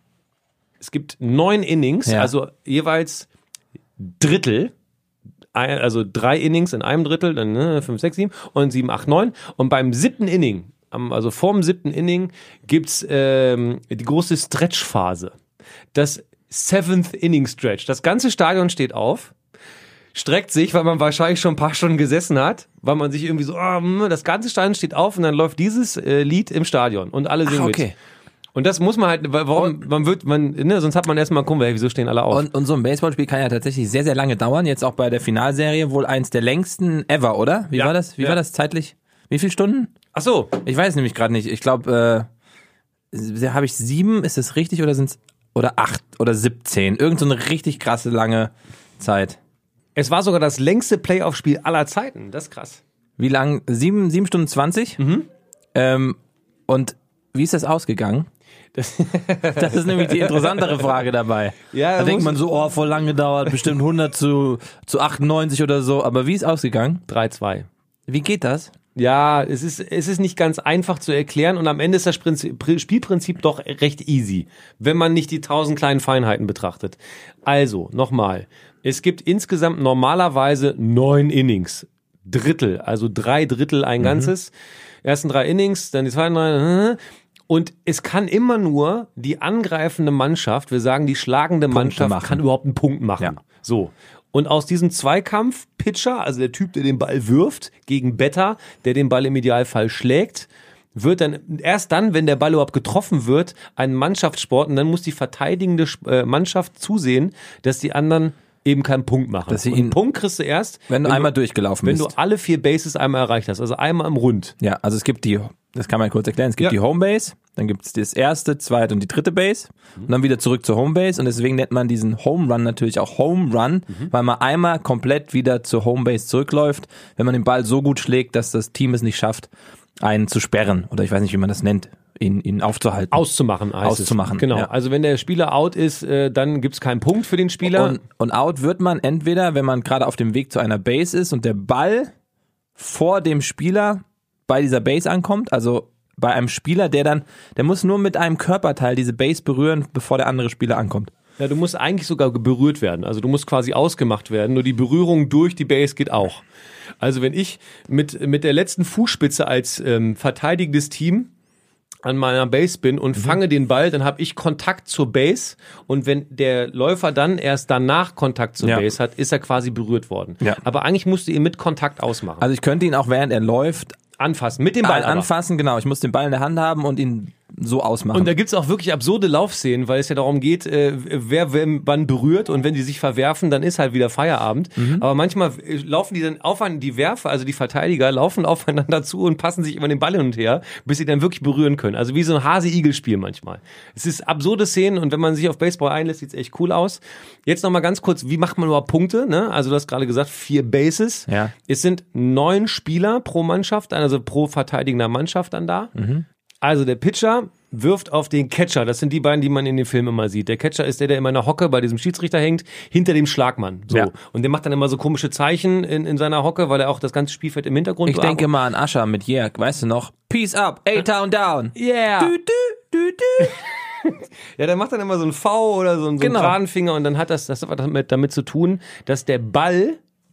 es gibt neun Innings, ja. also jeweils Drittel, ein, also drei Innings in einem Drittel, dann ne, fünf, sechs, sieben und sieben, acht, neun und beim siebten Inning, also vorm siebten Inning gibt's ähm, die große Stretch-Phase. Das Seventh Inning Stretch. Das ganze Stadion steht auf, streckt sich, weil man wahrscheinlich schon ein paar Stunden gesessen hat, weil man sich irgendwie so, oh, das ganze Stadion steht auf und dann läuft dieses äh, Lied im Stadion und alle singen Ach, okay. mit. Und das muss man halt, warum, man wird, man, ne, sonst hat man erstmal gucken, wieso stehen alle auf. Und, und so ein Baseballspiel kann ja tatsächlich sehr, sehr lange dauern. Jetzt auch bei der Finalserie wohl eins der längsten ever, oder? Wie ja. war das? Wie ja. war das zeitlich? Wie viele Stunden? Ach so. Ich weiß nämlich gerade nicht. Ich glaube, äh, habe ich sieben, ist das richtig oder sind's oder acht oder siebzehn? Irgend so eine richtig krasse lange Zeit. Es war sogar das längste Playoff-Spiel aller Zeiten. Das ist krass. Wie lang? Sieben, sieben Stunden zwanzig? Mhm. Ähm, und wie ist das ausgegangen? Das, das ist nämlich die interessantere Frage dabei. Ja, da denkt man so, oh, voll lang gedauert, bestimmt hundert zu achtundneunzig oder so. Aber wie ist ausgegangen? drei zwei. Wie geht das? Ja, es ist, es ist nicht ganz einfach zu erklären und am Ende ist das Prinzip, Spielprinzip doch recht easy, wenn man nicht die tausend kleinen Feinheiten betrachtet. Also, nochmal. Es gibt insgesamt normalerweise neun Innings. Drittel, also drei Drittel ein mhm. ganzes. Ersten drei Innings, dann die zweiten drei. Und es kann immer nur die angreifende Mannschaft, wir sagen die schlagende Punkte Mannschaft, machen. kann überhaupt einen Punkt machen. Ja. So. Und aus diesem Zweikampf, Pitcher, also der Typ, der den Ball wirft, gegen Batter, der den Ball im Idealfall schlägt, wird dann, erst dann, wenn der Ball überhaupt getroffen wird, ein Mannschaftssport und dann muss die verteidigende Mannschaft zusehen, dass die anderen eben keinen Punkt machen. Dass sie und ihn, einen Punkt kriegst du erst, wenn du einmal durchgelaufen wenn bist. Wenn du alle vier Bases einmal erreicht hast, also einmal im Rund. Ja, also es gibt die, das kann man kurz erklären, es gibt ja. die Homebase, dann gibt es das erste, zweite und die dritte Base und dann wieder zurück zur Homebase und deswegen nennt man diesen Home Run natürlich auch Home Run, mhm. weil man einmal komplett wieder zur Homebase zurückläuft, wenn man den Ball so gut schlägt, dass das Team es nicht schafft, einen zu sperren oder ich weiß nicht, wie man das nennt, ihn, ihn aufzuhalten. Auszumachen heißt Auszumachen, es. Genau, ja. also wenn der Spieler out ist, äh, dann gibt's keinen Punkt für den Spieler. Und, und out wird man entweder, wenn man gerade auf dem Weg zu einer Base ist und der Ball vor dem Spieler bei dieser Base ankommt, also bei einem Spieler, der dann, der muss nur mit einem Körperteil diese Base berühren, bevor der andere Spieler ankommt. Ja, du musst eigentlich sogar berührt werden. Also du musst quasi ausgemacht werden. Nur die Berührung durch die Base geht auch. Also wenn ich mit mit der letzten Fußspitze als ähm, verteidigendes Team an meiner Base bin und mhm. fange den Ball, dann habe ich Kontakt zur Base und wenn der Läufer dann erst danach Kontakt zur ja. Base hat, ist er quasi berührt worden. Ja. Aber eigentlich musst du ihn mit Kontakt ausmachen. Also ich könnte ihn auch während er läuft anfassen, mit dem Ball anfassen, genau. Ich muss den Ball in der Hand haben und ihn so ausmachen. Und da gibt's auch wirklich absurde Laufszenen, weil es ja darum geht, äh, wer wen wann berührt und wenn die sich verwerfen, dann ist halt wieder Feierabend. Mhm. Aber manchmal äh, laufen die dann aufeinander, die Werfer, also die Verteidiger, laufen aufeinander zu und passen sich immer den Ball hin und her, bis sie dann wirklich berühren können. Also wie so ein Hase-Igel-Spiel manchmal. Es ist absurde Szenen und wenn man sich auf Baseball einlässt, sieht's echt cool aus. Jetzt nochmal ganz kurz, wie macht man überhaupt Punkte? Ne? Also du hast gerade gesagt, vier Bases. Ja. Es sind neun Spieler pro Mannschaft, also pro verteidigender Mannschaft dann da. Mhm. Also der Pitcher wirft auf den Catcher. Das sind die beiden, die man in den Filmen immer sieht. Der Catcher ist der, der immer in der Hocke bei diesem Schiedsrichter hängt, hinter dem Schlagmann. So. Ja. Und der macht dann immer so komische Zeichen in, in seiner Hocke, weil er auch das ganze Spielfeld im Hintergrund Ich denke mal an Ascher mit Yeah, weißt du noch? Peace up, A-Town down. Yeah. Du, du, du, du. Ja, der macht dann immer so ein V oder so, so einen Genau. geraden Finger und dann hat das, das hat damit, damit zu tun, dass der Ball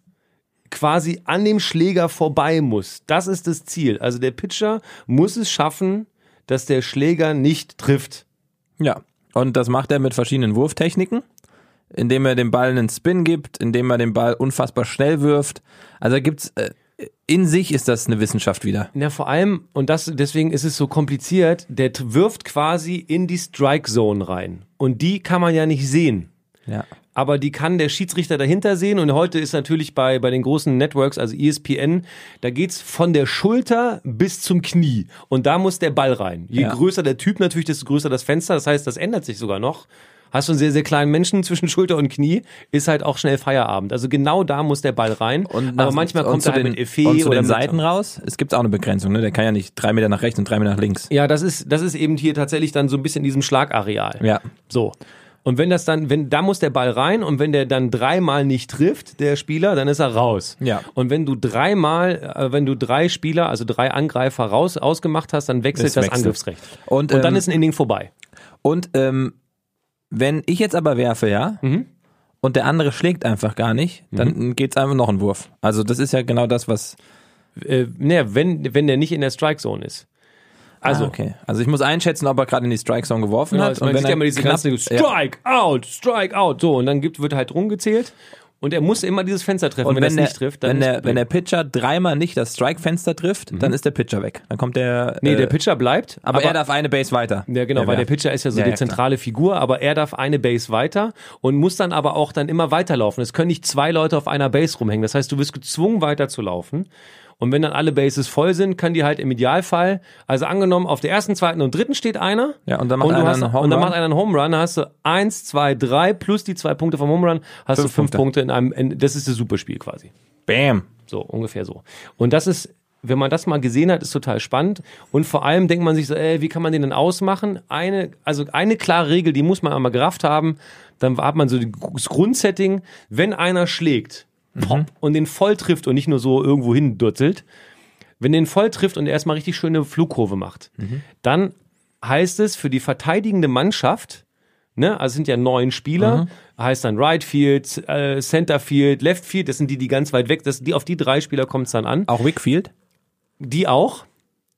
quasi an dem Schläger vorbei muss. Das ist das Ziel. Also der Pitcher muss es schaffen, dass der Schläger nicht trifft. Ja, und das macht er mit verschiedenen Wurftechniken, indem er dem Ball einen Spin gibt, indem er den Ball unfassbar schnell wirft. Also gibt's äh, in sich ist das eine Wissenschaft wieder. Ja, vor allem, und das deswegen ist es so kompliziert, der t- wirft quasi in die Strike Zone rein. Und die kann man ja nicht sehen. Ja. Aber die kann der Schiedsrichter dahinter sehen und heute ist natürlich bei, bei den großen Networks, also E S P N, da geht's von der Schulter bis zum Knie und da muss der Ball rein. Je Ja. größer der Typ natürlich, desto größer das Fenster, das heißt, das ändert sich sogar noch. Hast du einen sehr, sehr kleinen Menschen zwischen Schulter und Knie, ist halt auch schnell Feierabend. Also genau da muss der Ball rein, Und aber nach- manchmal und kommt zu er halt den, mit Effet und zu oder den mit Seiten raus. Es gibt auch eine Begrenzung, ne? Der kann ja nicht drei Meter nach rechts und drei Meter nach links. Ja, das ist, das ist eben hier tatsächlich dann so ein bisschen in diesem Schlagareal. Ja. So. Und wenn das dann, wenn, da muss der Ball rein und wenn der dann dreimal nicht trifft, der Spieler, dann ist er raus. Ja. Und wenn du dreimal, äh, wenn du drei Spieler, also drei Angreifer raus, ausgemacht hast, dann wechselt Das das, wechselt. Angriffsrecht. Und, Und dann ähm, ist ein Inning vorbei. Und ähm, wenn ich jetzt aber werfe, ja, Mhm. und der andere schlägt einfach gar nicht, dann geht's einfach noch ein Wurf. Also das ist ja genau das, was... Äh, naja, wenn, wenn der nicht in der Strike Zone ist. Also, ah, okay. Also ich muss einschätzen, ob er gerade in die Strike Zone geworfen ja, hat. also man und wenn sieht ja er immer diese knapp, ganze ja. Strike out, Strike out. So, und dann gibt, wird halt rumgezählt. Und er muss immer dieses Fenster treffen. Und wenn, wenn, er es der, nicht trifft, dann wenn, ist der, Problem. wenn der Pitcher dreimal nicht das Strike-Fenster trifft, dann ist der Pitcher weg. Dann kommt der... Nee, äh, der Pitcher bleibt. aber, er darf eine Base weiter. Ja, genau, weil der Pitcher ist ja so Ja, die ja, klar. zentrale Figur, aber er darf eine Base weiter und muss dann aber auch dann immer weiterlaufen. Es können nicht zwei Leute auf einer Base rumhängen. Das heißt, du wirst gezwungen weiterzulaufen. Und wenn dann alle Bases voll sind, kann die halt im Idealfall, also angenommen, auf der ersten, zweiten und dritten steht einer. Ja, und dann macht und du einer hast, einen Home Und dann Run. macht einer einen Home Run, dann hast du eins, zwei, drei plus die zwei Punkte vom Home Run, hast Fünf du fünf Punkte. Punkte in einem, in, das ist das Superspiel quasi. Bam. So, ungefähr so. Und das ist, wenn man das mal gesehen hat, ist total spannend. Und vor allem denkt man sich so, ey, wie kann man den denn ausmachen? Eine, also eine klare Regel, die muss man einmal gerafft haben. Dann hat man so das Grundsetting, wenn einer schlägt pop, und den voll trifft und nicht nur so irgendwo hin durzelt, wenn den voll trifft und er erstmal richtig schöne Flugkurve macht, dann heißt es für die verteidigende Mannschaft, ne, also es sind ja neun Spieler, Mhm. heißt dann Right Field, äh, Center Field, Left Field, das sind die, die ganz weit weg, das, die, auf die drei Spieler kommt es dann an. Auch Wickfield? Die auch.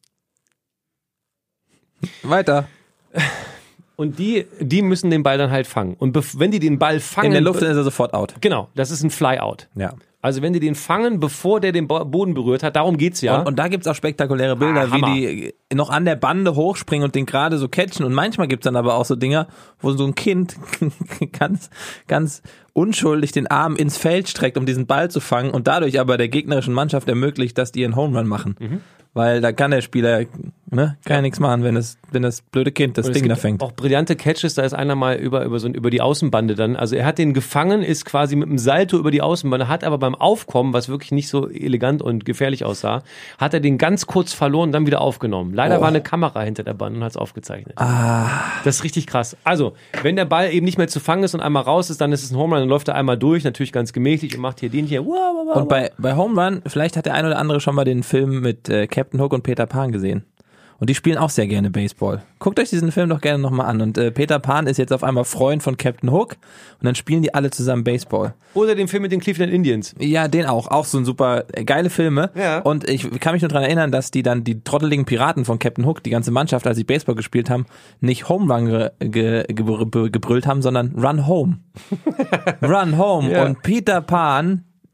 Weiter. Und die, die müssen den Ball dann halt fangen. Und bef- wenn die den Ball fangen... In der Luft ist er sofort out. Genau, das ist ein Flyout. Ja. Also wenn die den fangen, bevor der den Bo- Boden berührt hat, darum geht's ja. Und, und da gibt's auch spektakuläre Bilder, Ah, Hammer. wie die noch an der Bande hochspringen und den gerade so catchen. Und manchmal gibt's dann aber auch so Dinger, wo so ein Kind ganz, ganz unschuldig den Arm ins Feld streckt, um diesen Ball zu fangen und dadurch aber der gegnerischen Mannschaft ermöglicht, dass die einen Home Run machen. Mhm. Weil da kann der Spieler, ne, kann ja nichts machen, wenn das, wenn das blöde Kind das Und es Ding da gibt fängt. auch brillante Catches, da ist einer mal über, über, so, ein- über die Außenbande dann, also er hat den gefangen, ist quasi mit einem Salto über die Außenbande, hat aber beim Aufkommen, was wirklich nicht so elegant und gefährlich aussah, hat er den ganz kurz verloren und dann wieder aufgenommen. Leider Oh. war eine Kamera hinter der Bande und hat es aufgezeichnet. Ah. Das ist richtig krass. Also, wenn der Ball eben nicht mehr zu fangen ist und einmal raus ist, dann ist es ein Home Run, dann läuft er einmal durch, natürlich ganz gemächlich und macht hier den hier. Wow, wow, wow, Und bei, bei Home Run, vielleicht hat der ein oder andere schon mal den Film mit äh, Captain Hook und Peter Pan gesehen. Und die spielen auch sehr gerne Baseball. Guckt euch diesen Film doch gerne nochmal an. Und äh, Peter Pan ist jetzt auf einmal Freund von Captain Hook. Und dann spielen die alle zusammen Baseball. Oder den Film mit den Cleveland Indians. Ja, den auch. Auch so ein super äh, geile Filme. Ja. Und ich kann mich nur daran erinnern, dass die dann die trotteligen Piraten von Captain Hook, die ganze Mannschaft, als sie Baseball gespielt haben, nicht Home Run ge ge ge gebrüllt haben, sondern Run Home. Run Home. Ja. Und Peter Pan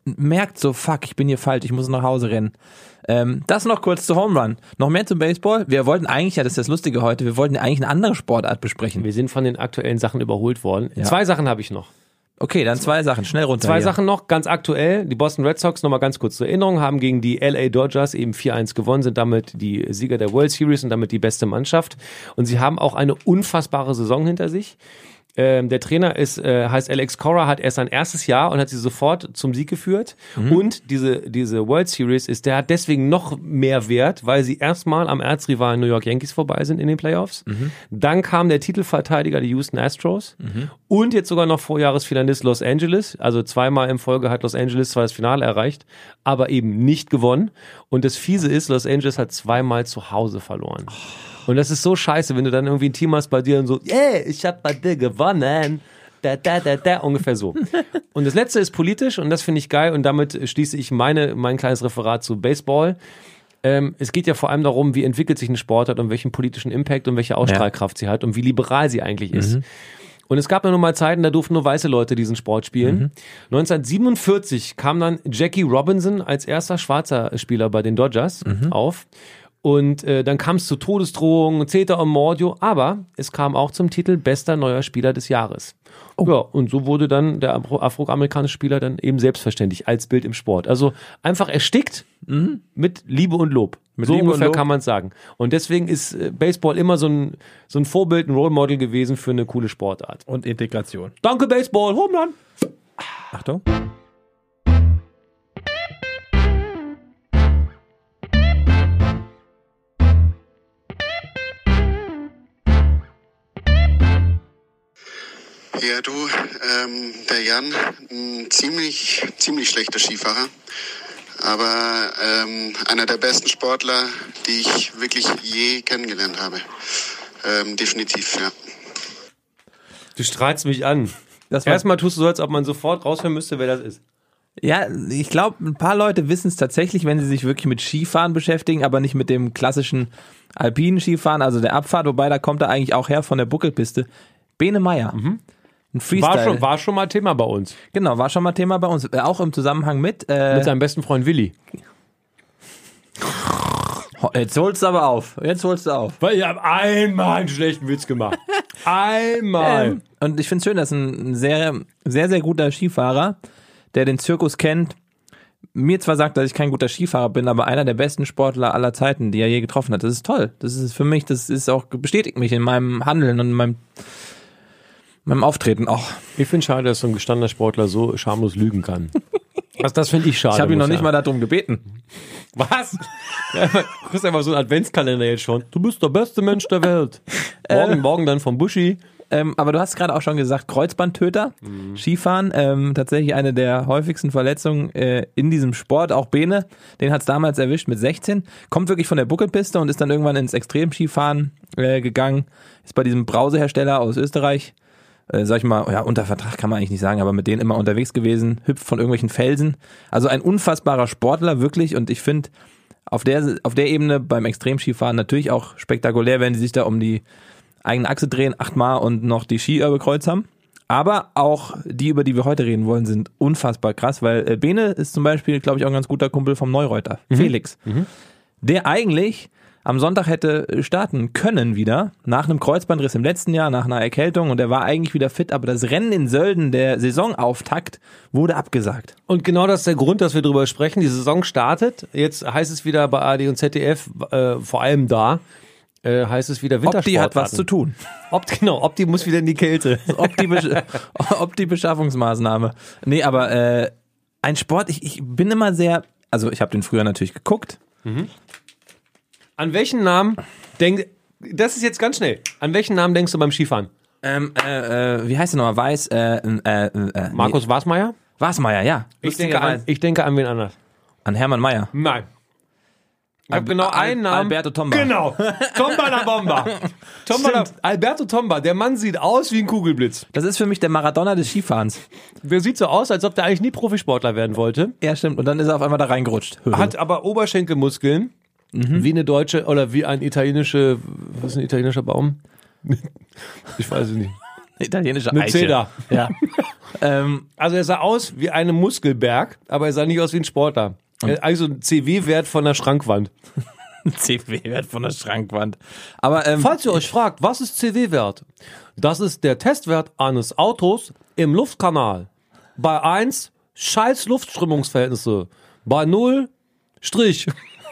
merkt so, fuck, ich bin hier falsch, ich muss nach Hause rennen. Ähm, das noch kurz zu Home Run. Noch mehr zum Baseball. Wir wollten eigentlich, ja, das ist das Lustige heute, wir wollten eigentlich eine andere Sportart besprechen. Wir sind von den aktuellen Sachen überholt worden. Ja. Zwei Sachen habe ich noch. Okay, dann zwei Sachen, schnell runter. Zwei hier. Sachen noch, ganz aktuell. Die Boston Red Sox, nochmal ganz kurz zur Erinnerung, haben gegen die L A Dodgers eben vier eins gewonnen, sind damit die Sieger der World Series und damit die beste Mannschaft. Und sie haben auch eine unfassbare Saison hinter sich. Ähm, der Trainer ist, äh, heißt Alex Cora, hat erst sein erstes Jahr und hat sie sofort zum Sieg geführt. Mhm. Und diese, diese World Series ist, der hat deswegen noch mehr Wert, weil sie erstmal am Erzrivalen New York Yankees vorbei sind in den Playoffs. Mhm. Dann kam der Titelverteidiger, die Houston Astros. Mhm. Und jetzt sogar noch Vorjahresfinalist Los Angeles. Also zweimal in Folge hat Los Angeles zwar das Finale erreicht, aber eben nicht gewonnen. Und das Fiese ist, Los Angeles hat zweimal zu Hause verloren. Oh. Und das ist so scheiße, wenn du dann irgendwie ein Team hast bei dir und so, yeah, ich hab bei dir gewonnen. Da, da, da, da, ungefähr so. Und das letzte ist politisch und das finde ich geil und damit schließe ich meine, mein kleines Referat zu Baseball. Ähm, es geht ja vor allem darum, wie entwickelt sich eine Sportart und welchen politischen Impact und welche Ausstrahlkraft ja. sie hat und wie liberal sie eigentlich ist. Mhm. Und es gab ja nun mal Zeiten, da durften nur weiße Leute diesen Sport spielen. Mhm. neunzehnhundertsiebenundvierzig kam dann Jackie Robinson als erster schwarzer Spieler bei den Dodgers mhm. auf. Und äh, dann kam es zu Todesdrohungen, Zeta und Mordio, aber es kam auch zum Titel bester neuer Spieler des Jahres. Oh. Ja, und so wurde dann der afroamerikanische Spieler dann eben selbstverständlich als Bild im Sport. Also einfach erstickt mhm. mit Liebe und Lob. Mit so Liebe ungefähr kann man es sagen. Und deswegen ist äh, Baseball immer so ein, so ein Vorbild, ein Role Model gewesen für eine coole Sportart. Und Integration. Danke Baseball, Home Run! Achtung. Ja, du, ähm, der Jan, ein ziemlich, ziemlich schlechter Skifahrer, aber ähm, einer der besten Sportler, die ich wirklich je kennengelernt habe. Ähm, definitiv, ja. Du strahlst mich an. Erstmal tust du so, als ob man sofort raushören müsste, wer das ist. Ja, ich glaube, ein paar Leute wissen es tatsächlich, wenn sie sich wirklich mit Skifahren beschäftigen, aber nicht mit dem klassischen alpinen Skifahren, also der Abfahrt, wobei da kommt er eigentlich auch her von der Buckelpiste. Bene Meyer. Mhm. Ein Freestyle. War schon, war schon mal Thema bei uns. Genau, war schon mal Thema bei uns. Auch im Zusammenhang mit... Äh, mit seinem besten Freund Willi. Jetzt holst du aber auf. Jetzt holst du auf. Weil ich habe einmal einen schlechten Witz gemacht. Einmal. Ähm, und ich finde es schön, dass ein sehr, sehr, sehr guter Skifahrer, der den Zirkus kennt, mir zwar sagt, dass ich kein guter Skifahrer bin, aber einer der besten Sportler aller Zeiten, die er je getroffen hat. Das ist toll. Das ist für mich, das ist auch, bestätigt mich in meinem Handeln und in meinem... meinem Auftreten auch. Ich finde schade, dass so ein gestandener Sportler so schamlos lügen kann. Also das finde ich schade. Ich habe ihn noch nicht mal darum gebeten. Was? Ja, du kriegst einfach so einen Adventskalender jetzt schon. Du bist der beste Mensch der Welt. Morgen, äh, morgen dann vom Buschi. Ähm, aber du hast gerade auch schon gesagt, Kreuzbandtöter, mhm. Skifahren, ähm, tatsächlich eine der häufigsten Verletzungen äh, in diesem Sport. Auch Bene, den hat es damals erwischt mit sechzehn. Kommt wirklich von der Buckelpiste und ist dann irgendwann ins Extremskifahren äh, gegangen. Ist bei diesem Brausehersteller aus Österreich, Äh, sag ich mal, ja, unter Vertrag kann man eigentlich nicht sagen, aber mit denen immer unterwegs gewesen, hüpft von irgendwelchen Felsen. Also ein unfassbarer Sportler, wirklich. Und ich finde, auf der, auf der Ebene beim Extremskifahren natürlich auch spektakulär, wenn die sich da um die eigene Achse drehen, achtmal und noch die Ski überkreuzt haben. Aber auch die, über die wir heute reden wollen, sind unfassbar krass, weil äh, Bene ist zum Beispiel, glaube ich, auch ein ganz guter Kumpel vom Neureuter, mhm. Felix. Mhm. Der eigentlich am Sonntag hätte starten können wieder, nach einem Kreuzbandriss im letzten Jahr, nach einer Erkältung, und er war eigentlich wieder fit, aber das Rennen in Sölden, der Saisonauftakt, wurde abgesagt. Und genau das ist der Grund, dass wir darüber sprechen. Die Saison startet, jetzt heißt es wieder bei A R D und Z D F, äh, vor allem da, äh, heißt es wieder Wintersport. Opti hat was zu tun. Opti, genau, Opti muss wieder in die Kälte. Opti, Besch- Opti Beschaffungsmaßnahme. Nee, aber äh, ein Sport, ich, ich bin immer sehr, also ich habe den früher natürlich geguckt. Mhm. An welchen Namen denk, das ist jetzt ganz schnell, an welchen Namen denkst du beim Skifahren? Ähm, äh, äh, wie heißt der nochmal? Weiß, äh, äh, äh, Markus nee. Wasmeier? Wasmeier, ja. Ich denke, an, ich denke an wen anders. An Hermann Mayer? Nein. Ich habe genau Al- einen Namen. Alberto Tomba. Genau. Tomba la Bomba. Tomba la, Alberto Tomba. Der Mann sieht aus wie ein Kugelblitz. Das ist für mich der Maradona des Skifahrens. Der sieht so aus, als ob der eigentlich nie Profisportler werden wollte. Ja, stimmt. Und dann ist er auf einmal da reingerutscht. Hat aber Oberschenkelmuskeln. Mhm. Wie eine deutsche, oder wie ein italienische, was ist ein italienischer Baum? Ich weiß es nicht. Italienische Eine Eiche. Zeder. Ja. ähm, Also er sah aus wie eine Muskelberg, aber er sah nicht aus wie ein Sportler. Er hat eigentlich so ein C W-Wert von der Schrankwand. C W-Wert von der Schrankwand. Aber ähm, Falls ihr euch fragt, was ist C W-Wert? Das ist der Testwert eines Autos im Luftkanal. Bei eins scheiß Luftströmungsverhältnisse. Bei null Strich.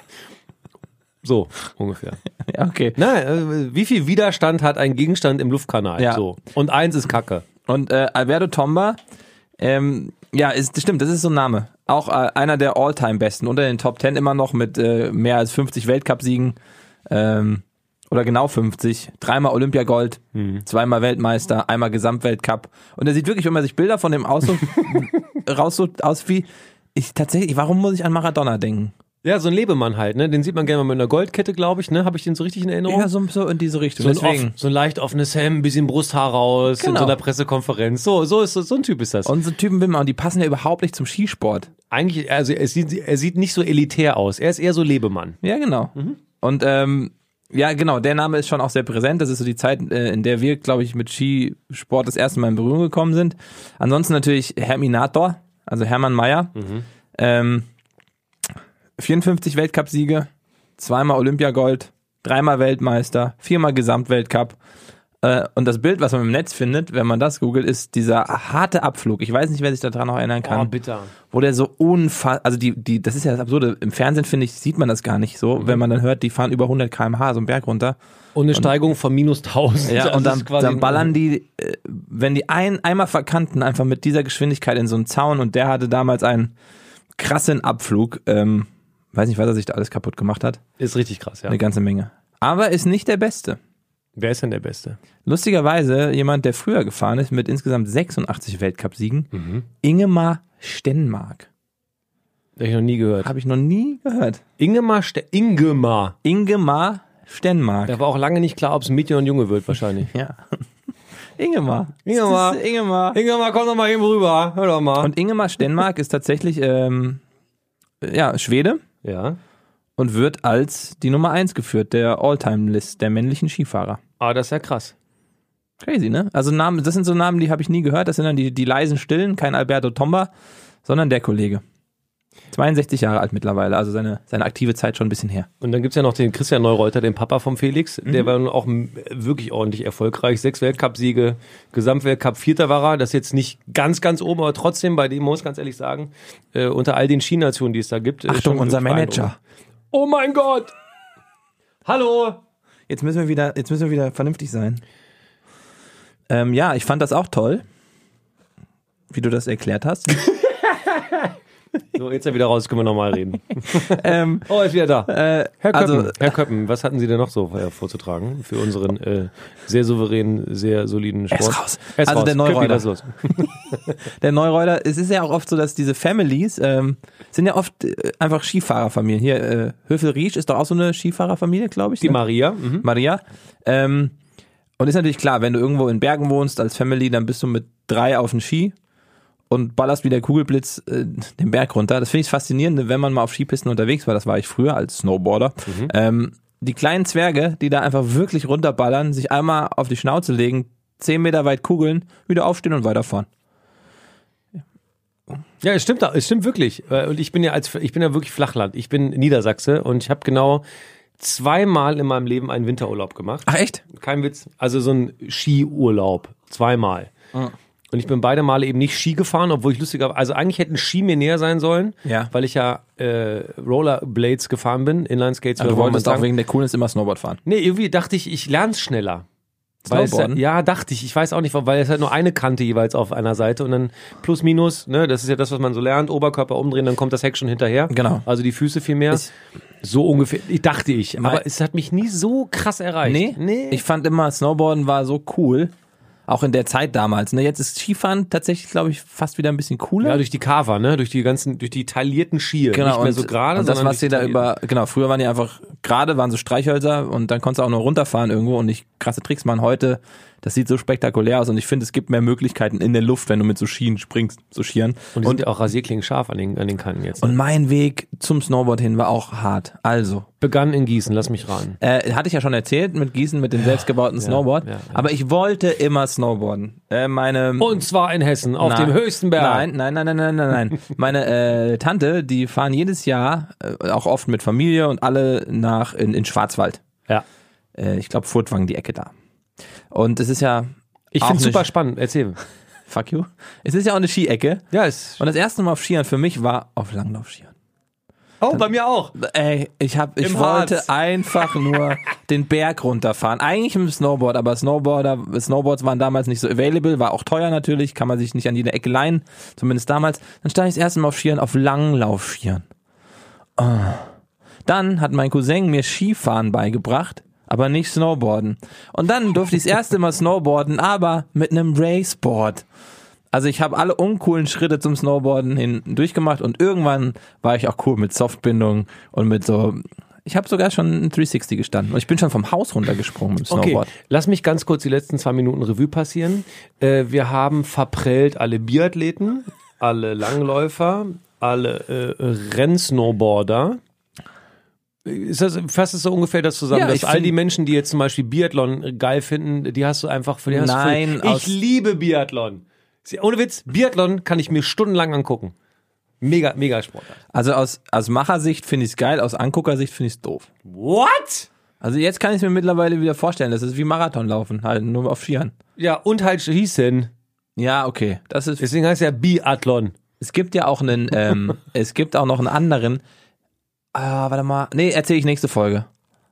So, ungefähr. ja, okay. Na, äh, wie viel Widerstand hat ein Gegenstand im Luftkanal? Ja. So. Und eins ist Kacke. Und äh, Alberto Tomba, ähm, ja, ist, das stimmt, das ist so ein Name. Auch äh, einer der All-Time-Besten, unter den Top Ten immer noch mit äh, mehr als fünfzig Weltcupsiegen. Ähm, oder genau fünfzig. Dreimal Olympiagold, mhm. zweimal Weltmeister, einmal Gesamtweltcup. Und er sieht wirklich, wenn man sich Bilder von dem aussucht, raussucht, aus wie, ich tatsächlich, warum muss ich an Maradona denken? Ja, so ein Lebemann halt, ne? Den sieht man gerne mal mit einer Goldkette, glaube ich, ne? Habe ich den so richtig in Erinnerung? Ja, so, so in diese Richtung. So ein, Deswegen. off, so ein leicht offenes Hemd, ein bisschen Brusthaar raus, Genau. in so einer Pressekonferenz. So, so ist so, so ein Typ ist das. Und so Typen will man, und die passen ja überhaupt nicht zum Skisport. Eigentlich, also er sieht, er sieht nicht so elitär aus. Er ist eher so Lebemann. Ja, genau. Mhm. Und ähm, ja, genau, der Name ist schon auch sehr präsent. Das ist so die Zeit, äh, in der wir, glaube ich, mit Skisport das erste Mal in Berührung gekommen sind. Ansonsten natürlich Herminator, also Hermann Maier. Mhm. Ähm, vierundfünfzig Weltcupsiege, zweimal Olympiagold, dreimal Weltmeister, viermal Gesamtweltcup. Äh, und das Bild, was man im Netz findet, wenn man das googelt, ist dieser harte Abflug. Ich weiß nicht, wer sich daran noch erinnern kann. Oh, bitter. Wo der so unfassbar, also die, die, das ist ja das Absurde. Im Fernsehen, finde ich, sieht man das gar nicht so, mhm. wenn man dann hört, die fahren über hundert Kilometer pro Stunde so einen Berg runter. Und eine Steigung von minus tausend. Ja, also und dann, quasi dann ballern die, äh, wenn die ein, einmal verkannten, einfach mit dieser Geschwindigkeit in so einen Zaun, und der hatte damals einen krassen Abflug, ähm, weiß nicht, was er sich da alles kaputt gemacht hat. Ist richtig krass, ja. Eine ganze Menge. Aber ist nicht der Beste. Wer ist denn der Beste? Lustigerweise jemand, der früher gefahren ist, mit insgesamt sechsundachtzig Weltcupsiegen, Mhm. Ingemar Stenmark. Hab ich noch nie gehört. Habe ich noch nie gehört. Ingemar, Ste Ingemar. Ingemar Stenmark. Da war auch lange nicht klar, ob es ein Mädchen oder ein Junge wird, wahrscheinlich. Ja. Ingemar. Ingemar. Das ist Ingemar. Ingemar, komm doch mal eben rüber. Hör doch mal. Und Ingemar Stenmark ist tatsächlich ähm, ja, Schwede. Ja. Und wird als die Nummer eins geführt, der All-Time-List der männlichen Skifahrer. Ah, das ist ja krass. Crazy, ne? Also Namen, das sind so Namen, die habe ich nie gehört. Das sind dann die, die leisen Stillen, kein Alberto Tomba, sondern der Kollege. zweiundsechzig Jahre alt mittlerweile, also seine, seine aktive Zeit schon ein bisschen her. Und dann gibt's ja noch den Christian Neureuter, den Papa vom Felix. Mhm. Der war nun auch wirklich ordentlich erfolgreich. Sechs Weltcupsiege, Gesamtweltcup, Vierter war er. Das ist jetzt nicht ganz, ganz oben, aber trotzdem, bei dem muss ich ganz ehrlich sagen, äh, unter all den Skinationen, die es da gibt. Achtung, unser Manager. Oh mein Gott! Hallo! Jetzt müssen wir wieder, jetzt müssen wir wieder vernünftig sein. Ähm, ja, ich fand das auch toll, wie du das erklärt hast. So, jetzt ja wieder raus, können wir nochmal reden. ähm, oh, ist wieder da. Äh, Herr Köppen, also, Herr Köppen, was hatten Sie denn noch so äh, vorzutragen für unseren äh, sehr souveränen, sehr soliden Sport? Er ist raus. Er ist also raus. der Neureuter. Köppi, was ist los? Der Neureuter, es ist ja auch oft so, dass diese Families ähm, sind ja oft äh, einfach Skifahrerfamilien. Hier, äh, Höfel-Riesch ist doch auch so eine Skifahrerfamilie, glaube ich. Die ne? Maria. Mhm. Maria. Ähm, und ist natürlich klar, wenn du irgendwo in Bergen wohnst als Family, dann bist du mit drei auf den Ski und ballerst wie der Kugelblitz äh, den Berg runter. Das finde ich faszinierend, wenn man mal auf Skipisten unterwegs war, das war ich früher als Snowboarder. Mhm. Ähm, die kleinen Zwerge, die da einfach wirklich runterballern, sich einmal auf die Schnauze legen, zehn Meter weit kugeln, wieder aufstehen und weiterfahren. Ja, es stimmt, es stimmt wirklich. Und ich bin ja als ich bin ja wirklich Flachland. Ich bin Niedersachse und ich habe genau zweimal in meinem Leben einen Winterurlaub gemacht. Ach echt? Kein Witz. Also so ein Skiurlaub. Zweimal. Mhm. Und ich bin beide Male eben nicht Ski gefahren, obwohl ich lustiger, also eigentlich hätten Ski mir näher sein sollen, ja. weil ich ja äh, Rollerblades gefahren bin, Inlineskates. Also du wolltest auch wegen der Coolness immer Snowboard fahren? Nee, irgendwie dachte ich, ich lerne es schneller. Weil es, ja, dachte ich. Ich weiß auch nicht, weil es halt nur eine Kante jeweils auf einer Seite und dann plus minus, ne, das ist ja das, was man so lernt, Oberkörper umdrehen, dann kommt das Heck schon hinterher. Genau. Also die Füße viel mehr. Ich, so ungefähr, ich dachte ich. Aber es hat mich nie so krass erreicht. Nee, nee. Ich fand immer, Snowboarden war so cool. Auch in der Zeit damals. Ne? Jetzt ist Skifahren tatsächlich, glaube ich, fast wieder ein bisschen cooler. Ja, durch die Cover, ne? Durch die ganzen, durch die taillierten Skier. Genau, nicht mehr und, so gerade, und das, sondern was sie da über, genau, früher waren die einfach gerade, waren so Streichhölzer und dann konntest du auch nur runterfahren irgendwo und nicht krasse Tricks machen. Heute, das sieht so spektakulär aus und ich finde, es gibt mehr Möglichkeiten in der Luft, wenn du mit so Skien springst, so Skiern. Und die sind ja auch rasierklingen scharf an den, an den Kanten jetzt. Ne? Und mein Weg zum Snowboard hin war auch hart. Also, Begann in Gießen, lass mich raten. Äh, hatte ich ja schon erzählt, mit Gießen, mit dem selbstgebauten Snowboard. ja, ja. Aber ich wollte immer Snowboarden. Äh, meine Und zwar in Hessen, auf Nein. dem höchsten Berg. Nein, nein, nein, nein, nein, nein, nein. Meine äh, Tante, die fahren jedes Jahr, äh, auch oft mit Familie und alle nach in, in Schwarzwald. Ja. Äh, ich glaube, Furtwangen, die Ecke da. Und es ist ja Ich auch finde es eine super Sch- spannend, erzähl. Fuck you. Es ist ja auch eine Skiecke. Ja, ist. Und das erste Mal auf Skiern für mich war auf Langlaufskiern. Oh, bei mir auch. Ey, ich hab, ich Im wollte Harz. einfach nur den Berg runterfahren. Eigentlich mit dem Snowboard, aber Snowboarder, Snowboards waren damals nicht so available, war auch teuer natürlich, kann man sich nicht an jede Ecke leihen, zumindest damals. Dann stand ich das erste Mal auf Skiern, auf Langlaufskiern. Oh. Dann hat mein Cousin mir Skifahren beigebracht, aber nicht Snowboarden. Und dann durfte ich das erste Mal Snowboarden, aber mit einem Raceboard. Also ich habe alle uncoolen Schritte zum Snowboarden hin durchgemacht und irgendwann war ich auch cool mit Softbindung und mit so, ich habe sogar schon ein dreihundertsechzig gestanden und ich bin schon vom Haus runtergesprungen mit dem Okay, Snowboard. lass mich ganz kurz die letzten zwei Minuten Revue passieren. Äh, wir haben verprellt alle Biathleten, alle Langläufer, alle äh, Rennsnowboarder. Ist das, fasst es so ungefähr das zusammen, Ja, dass ich all find- die Menschen, die jetzt zum Beispiel Biathlon geil finden, die hast du einfach für die hast Nein, du für, aus- ich liebe Biathlon. Ohne Witz, Biathlon kann ich mir stundenlang angucken. Mega, mega Sportart. Also aus, aus Machersicht finde ich es geil, aus Anguckersicht finde ich es doof. What? Also jetzt kann ich es mir mittlerweile wieder vorstellen, das ist wie Marathonlaufen, halt nur auf Skiern. Ja, und halt Schießen. Ja, okay. Das ist, Deswegen heißt es ja Biathlon. es gibt ja auch einen, ähm, es gibt auch noch einen anderen, ah, warte mal, nee, erzähle ich nächste Folge.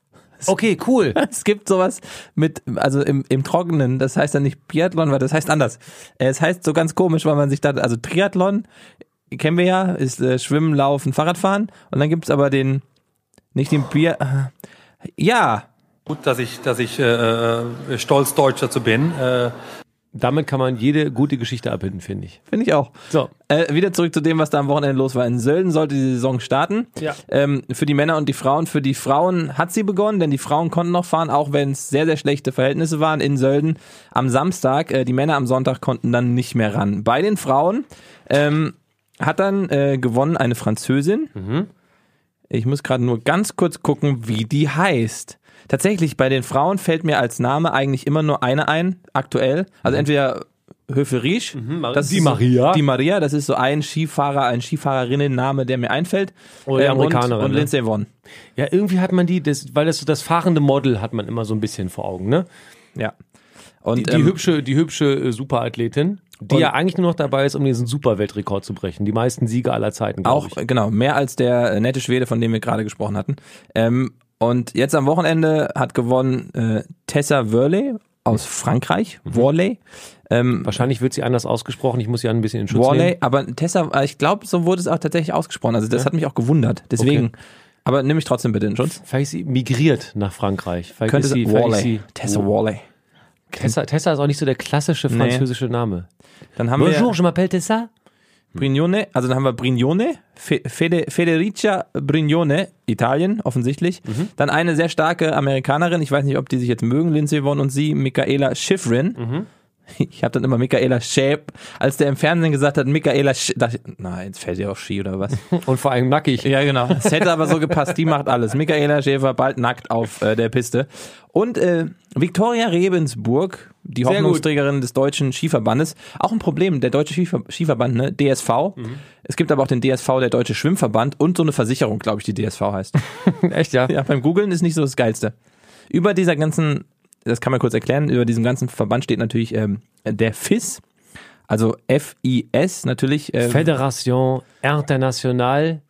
Okay, cool. Es gibt sowas mit, also im, im Trockenen, das heißt dann nicht Biathlon, weil das heißt anders. Äh, Es heißt so ganz komisch, weil man sich da, also Triathlon, kennen wir ja, ist äh, Schwimmen, Laufen, Fahrradfahren und dann gibt's aber den, nicht den Bier, äh, ja, Gut, dass ich, dass ich äh, äh, stolz Deutsch dazu bin. Äh, Damit kann man jede gute Geschichte abbinden, finde ich. finde ich auch. So. Äh, wieder zurück zu dem, was da am Wochenende los war. In Sölden sollte die Saison starten. Ja. Ähm, für die Männer und die Frauen. Für die Frauen hat sie begonnen, denn die Frauen konnten noch fahren, auch wenn es sehr, sehr schlechte Verhältnisse waren in Sölden am Samstag. Äh, die Männer am Sonntag konnten dann nicht mehr ran. Bei den Frauen ähm, hat dann äh, gewonnen eine Französin. Mhm. Ich muss gerade nur ganz kurz gucken, wie die heißt. Tatsächlich, bei den Frauen fällt mir als Name eigentlich immer nur eine ein, aktuell. Also entweder Höferisch, Mar- das die ist Maria. So, die Maria, das ist so ein Skifahrer, ein Skifahrerinnen-Name, der mir einfällt. Oder die Amerikanerin, Und, und ne? Lindsay Vonn. Ja, irgendwie hat man die, das, weil das so das fahrende Model hat man immer so ein bisschen vor Augen, ne? Ja. Und Die, die ähm, hübsche, die hübsche äh, Superathletin, die Und- ja eigentlich nur noch dabei ist, um diesen Superweltrekord zu brechen. Die meisten Siege aller Zeiten, glaube auch, ich. genau, mehr als der äh, nette Schwede, von dem wir gerade gesprochen hatten. Ähm, und jetzt am Wochenende hat gewonnen äh, Tessa Worley aus Frankreich, Mhm. Worley. Ähm, Wahrscheinlich wird sie anders ausgesprochen. Ich muss sie an ein bisschen in Schutz Worley, nehmen. aber Tessa, äh, ich glaube, so wurde es auch tatsächlich ausgesprochen. Also das hat mich auch gewundert. Deswegen, Okay. aber nimm mich trotzdem bitte in Schutz. Vielleicht ist sie migriert nach Frankreich. Vielleicht Könnte ist sie, sie, vielleicht ist Worley. sie Tessa Worley. Tessa, Tessa ist auch nicht so der klassische französische Name. Dann haben Bonjour, wir je m'appelle Tessa. Brignone, also dann haben wir Brignone, Fe- Fede, Federica Brignone, Italien offensichtlich. Mhm. Dann eine sehr starke Amerikanerin, ich weiß nicht, ob die sich jetzt mögen, Lindsay Vonn und sie, Michaela Schifrin. Mhm. Ich habe dann immer Michaela Schäb, als der im Fernsehen gesagt hat, Michaela Sch, dachte ich, na, jetzt fällt ihr auf Ski oder was? Und vor allem nackig. Ja, genau. Es hätte aber so gepasst, die macht alles. Michaela Schäfer bald nackt auf äh, der Piste. Und äh, Viktoria Rebensburg, die Sehr Hoffnungsträgerin des deutschen Skiverbandes. Auch ein Problem, der deutsche Skiver- Skiverband, ne? D S V. Mhm. Es gibt aber auch den D S V, der deutsche Schwimmverband und so eine Versicherung, glaube ich, die D S V heißt. Echt, ja? Ja, beim Googlen ist nicht so das Geilste. Über dieser ganzen, das kann man kurz erklären, über diesem ganzen Verband steht natürlich ähm, der F I S, also F I S natürlich. Äh, Fédération Internationale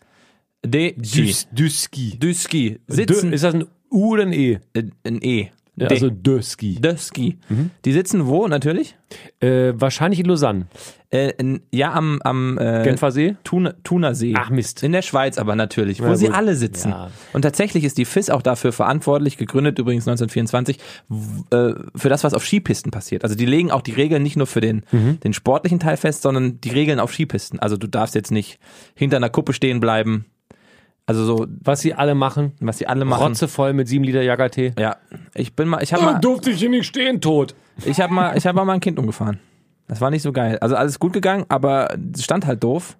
de du, Ski. du Ski. Du Ski. De, Sitzen, ist das ein U oder ein E? äh, ein E. Ja, De. also de Ski. De Ski. Die sitzen wo natürlich? Äh, wahrscheinlich in Lausanne. Äh, in, ja, am, am äh, Genfer See? Thun, Thunersee. Ach, Mist. In der Schweiz aber natürlich, wo Ja, sie gut. alle sitzen. Ja. Und tatsächlich ist die F I S auch dafür verantwortlich, gegründet übrigens neunzehnhundertvierundzwanzig, w- äh, für das, was auf Skipisten passiert. Also die legen auch die Regeln nicht nur für den, Mhm. den sportlichen Teil fest, sondern die Regeln auf Skipisten. Also du darfst jetzt nicht hinter einer Kuppe stehen bleiben. Also so, Was sie alle machen. was sie alle machen. Rotzevoll mit sieben Liter Jagertee. Ja, ich bin mal, ich habe mal, durfte ich hier nicht stehen, tot. Ich habe mal, ich habe mal mein Kind umgefahren. Das war nicht so geil. Also alles gut gegangen, aber es stand halt doof.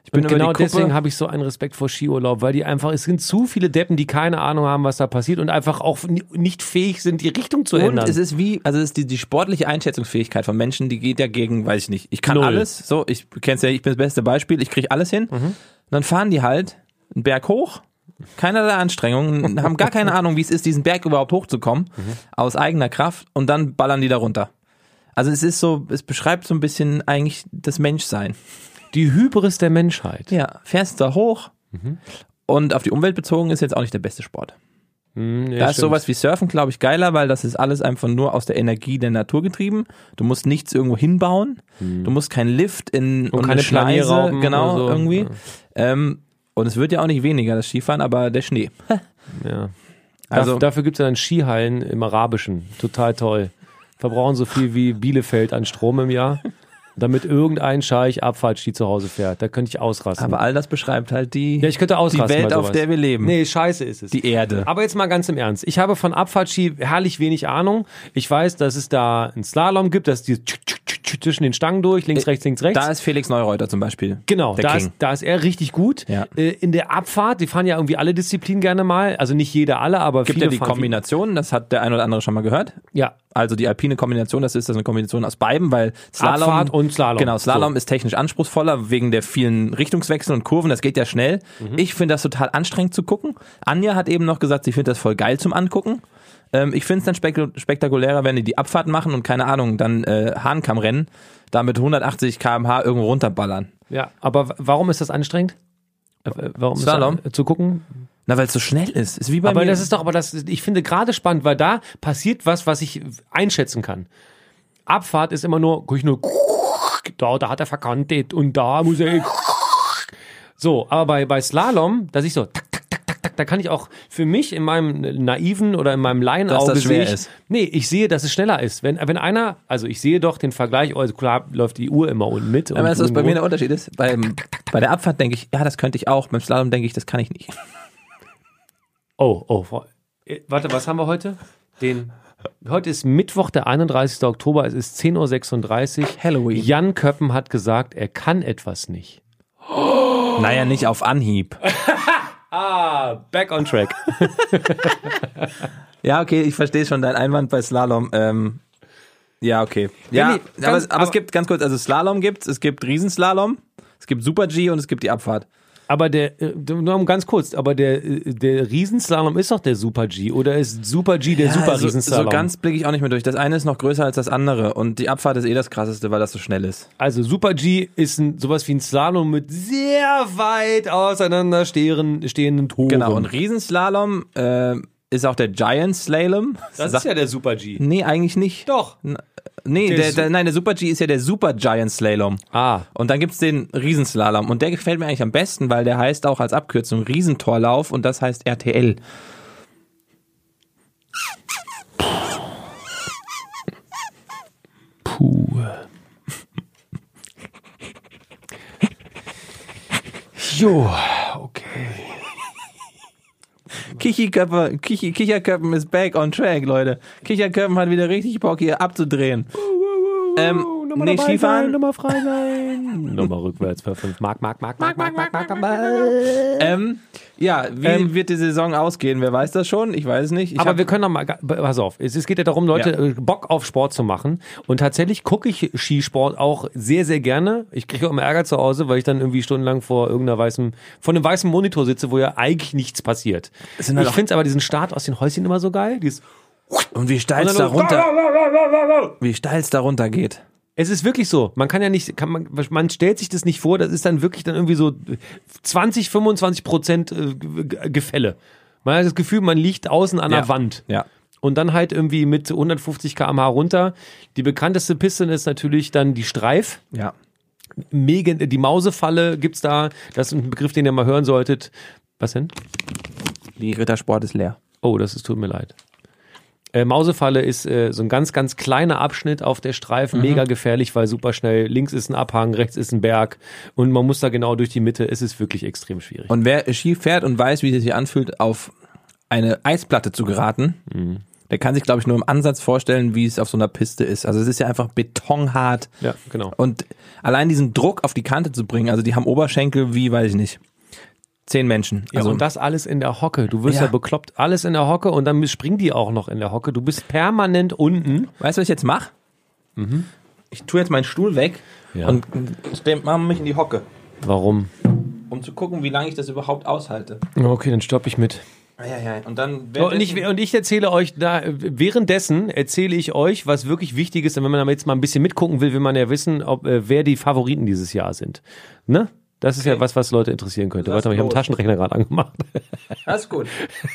Ich bin Und über genau die Kuppe, deswegen habe ich so einen Respekt vor Skiurlaub, weil die einfach, es sind zu viele Deppen, die keine Ahnung haben, was da passiert und einfach auch ni- nicht fähig sind, die Richtung zu und ändern. es ist wie, also es ist die, die sportliche Einschätzungsfähigkeit von Menschen, die geht ja gegen, weiß ich nicht, ich kann Null. alles, so, ich kenn's ja, ich bin das beste Beispiel, ich kriege alles hin. Und dann fahren die halt einen Berg hoch, keinerlei Anstrengungen, haben gar keine Ahnung, wie es ist, diesen Berg überhaupt hochzukommen, aus eigener Kraft, und dann ballern die da runter. Also es ist so, es beschreibt so ein bisschen eigentlich das Menschsein. Die Hybris der Menschheit. Ja, fährst da hoch und auf die Umwelt bezogen ist jetzt auch nicht der beste Sport. Hm, ja, Da ist stimmt. sowas wie Surfen, glaube ich, geiler, weil das ist alles einfach nur aus der Energie der Natur getrieben. Du musst nichts irgendwo hinbauen. Du musst keinen Lift in und, keine eine Schneise, Planierrauben genau, oder so. irgendwie. Ja. Ähm, und es wird ja auch nicht weniger, das Skifahren, aber der Schnee. Ja. Also- Also, dafür gibt es ja dann Skihallen im Arabischen. Total toll. Verbrauchen so viel wie Bielefeld an Strom im Jahr, damit irgendein Scheich Abfahrtski zu Hause fährt. Da könnte ich ausrasten. Aber all das beschreibt halt die, ja, ich könnte die ausrasten. Welt, bei auf sowas. der wir leben. Nee, scheiße ist es. Die Erde. Aber jetzt mal ganz im Ernst. Ich habe von Abfahrtski herrlich wenig Ahnung. Ich weiß, dass es da einen Slalom gibt, dass die zwischen den Stangen durch, links, rechts, links, rechts. Da ist Felix Neureuter zum Beispiel. Genau, der da King. ist, da ist er richtig gut. Ja. Äh, in der Abfahrt, die fahren ja irgendwie alle Disziplinen gerne mal. Also nicht jeder alle, aber Gibt viele ja die fahren- Kombination, das hat der ein oder andere schon mal gehört. Ja, Also die alpine Kombination, das ist das eine Kombination aus beiden, weil Slalom Abfahrt und Slalom. Genau, Slalom So. ist technisch anspruchsvoller wegen der vielen Richtungswechsel und Kurven, das geht ja schnell. Mhm. Ich finde das total anstrengend zu gucken. Anja hat eben noch gesagt, sie findet das voll geil zum Angucken. Ähm, ich finde es dann spek- spektakulärer, wenn die die Abfahrt machen und keine Ahnung, dann äh, Hahnkammrennen, da mit hundertachtzig Kilometer pro Stunde irgendwo runterballern. ja. Aber w- warum ist das anstrengend? Äh, Warum Slalom? ist das, äh, zu gucken? Na, weil es so schnell ist. Ist wie bei Aber mir. das ist doch, aber das, ich finde gerade spannend, weil da passiert was, was ich einschätzen kann. Abfahrt ist immer nur, guck ich nur, da, da hat er verkantet und da muss er. So, aber bei, bei Slalom, dass ich so, tak, tak, tak, tak, tak, da kann ich auch für mich in meinem naiven oder in meinem Laienauge Dass das schwer sehe ich, ist. nee, ich sehe, dass es schneller ist. Wenn, wenn einer, also ich sehe doch den Vergleich, also klar läuft die Uhr immer unten mit. Aber und weißt du, was bei irgendwo- mir der Unterschied ist? Beim, bei der Abfahrt denke ich, ja, das könnte ich auch. Beim Slalom denke ich, das kann ich nicht. Oh, oh, Frau- äh, warte, was haben wir heute? Den. Heute ist Mittwoch, der einunddreißigster Oktober, es ist zehn Uhr sechsunddreißig. Halloween. Jan Köppen hat gesagt, er kann etwas nicht. Naja, nicht auf Anhieb. Ah, back on track. Ja, okay, ich verstehe schon deinen Einwand bei Slalom. Ähm, ja, okay. Ja, nee, aber, ganz- es- aber es gibt, ganz kurz, also Slalom gibt's, es gibt Riesenslalom, es gibt Super-G und es gibt die Abfahrt. Aber der, äh, nur um ganz kurz, aber der, äh, der Riesenslalom ist doch der Super-G oder ist Super-G der Ja, so, Super-Riesenslalom? so ganz blicke ich auch nicht mehr durch. Das eine ist noch größer als das andere und die Abfahrt ist eh das krasseste, weil das so schnell ist. Also Super-G ist ein, sowas wie ein Slalom mit sehr weit auseinander stehenden, stehenden Toren. Genau, und Riesenslalom äh, ist auch der Giant Slalom. das Sag- ist ja der Super-G. Nee, eigentlich nicht. Doch. Nee, Der der, Su- der, nein, der Super-G ist ja der Super-Giant Slalom. Ah, Und dann gibt's den Riesenslalom. Und der gefällt mir eigentlich am besten, weil der heißt auch als Abkürzung Riesentorlauf und das heißt R T L. puh. Jo, okay. Kichiköpfe, Kichi, Kicherköppen ist back on track, Leute. Kicherköppen hat wieder richtig Bock, hier abzudrehen. Ähm, Nochmal nicht dabei Skifahren? sein, nochmal frei sein. Nochmal rückwärts für fünf Mark, Mark, Mark, Mark, Mark, Mark, Mark, Mark. Ähm, ja, wie Ähm, wird die Saison ausgehen? Wer weiß das schon? Ich weiß es nicht. Ich Aber hab- wir können doch mal, pass auf, es es geht ja darum, Leute Ja. äh, Bock auf Sport zu machen. Und tatsächlich gucke ich Skisport auch sehr, sehr gerne. Ich kriege auch immer Ärger zu Hause, weil ich dann irgendwie stundenlang vor irgendeiner weißen, vor einem weißen Monitor sitze, wo ja eigentlich nichts passiert. Es sind halt Ich auch- finde aber diesen Start aus den Häuschen immer so geil. Dieses, und wie steil es und da dann- runter, wie steil es da runter geht. Es ist wirklich so. Man kann ja nicht, kann man, man stellt sich das nicht vor, das ist dann wirklich dann irgendwie so zwanzig, fünfundzwanzig Prozent äh, G- Gefälle. Man hat das Gefühl, man liegt außen an der Ja. Wand. Ja. Und dann halt irgendwie mit hundertfünfzig Kilometer pro Stunde runter. Die bekannteste Piste ist natürlich dann die Streif. Ja. Mega, die Mausefalle gibt's da. Das ist ein Begriff, den ihr mal hören solltet. Was denn? Die Rittersport ist leer. Oh, das ist, tut mir leid. Äh, Mausefalle ist äh, so ein ganz, ganz kleiner Abschnitt auf der Streif, mega gefährlich, weil super schnell, links ist ein Abhang, rechts ist ein Berg und man muss da genau durch die Mitte, es ist wirklich extrem schwierig. Und wer Ski fährt und weiß, wie es sich anfühlt, auf eine Eisplatte zu geraten, Der kann sich, glaube ich, nur im Ansatz vorstellen, wie es auf so einer Piste ist. Also es ist ja einfach betonhart. Ja, genau. Und allein diesen Druck auf die Kante zu bringen, also die haben Oberschenkel wie, weiß ich nicht, zehn Menschen. Ja, Also und das alles in der Hocke. Du wirst ja. Ja. bekloppt, alles in der Hocke und dann springen die auch noch in der Hocke. Du bist permanent unten. weißt du, was ich jetzt mache? Mhm. Ich tue jetzt meinen Stuhl weg Ja. und mache mich in die Hocke, Warum? um zu gucken, wie lange ich das überhaupt aushalte. Okay, dann stopp ich mit. Ja, ja, und dann So, und, ich, und ich erzähle euch, da, währenddessen erzähle ich euch, was wirklich wichtig ist. Und wenn man jetzt mal ein bisschen mitgucken will, will man ja wissen, ob, äh, wer die Favoriten dieses Jahr sind. Ne? Das ist Okay. ja was, was Leute interessieren könnte. Lass Warte mal, ich habe los. den Taschenrechner gerade angemacht. Alles gut.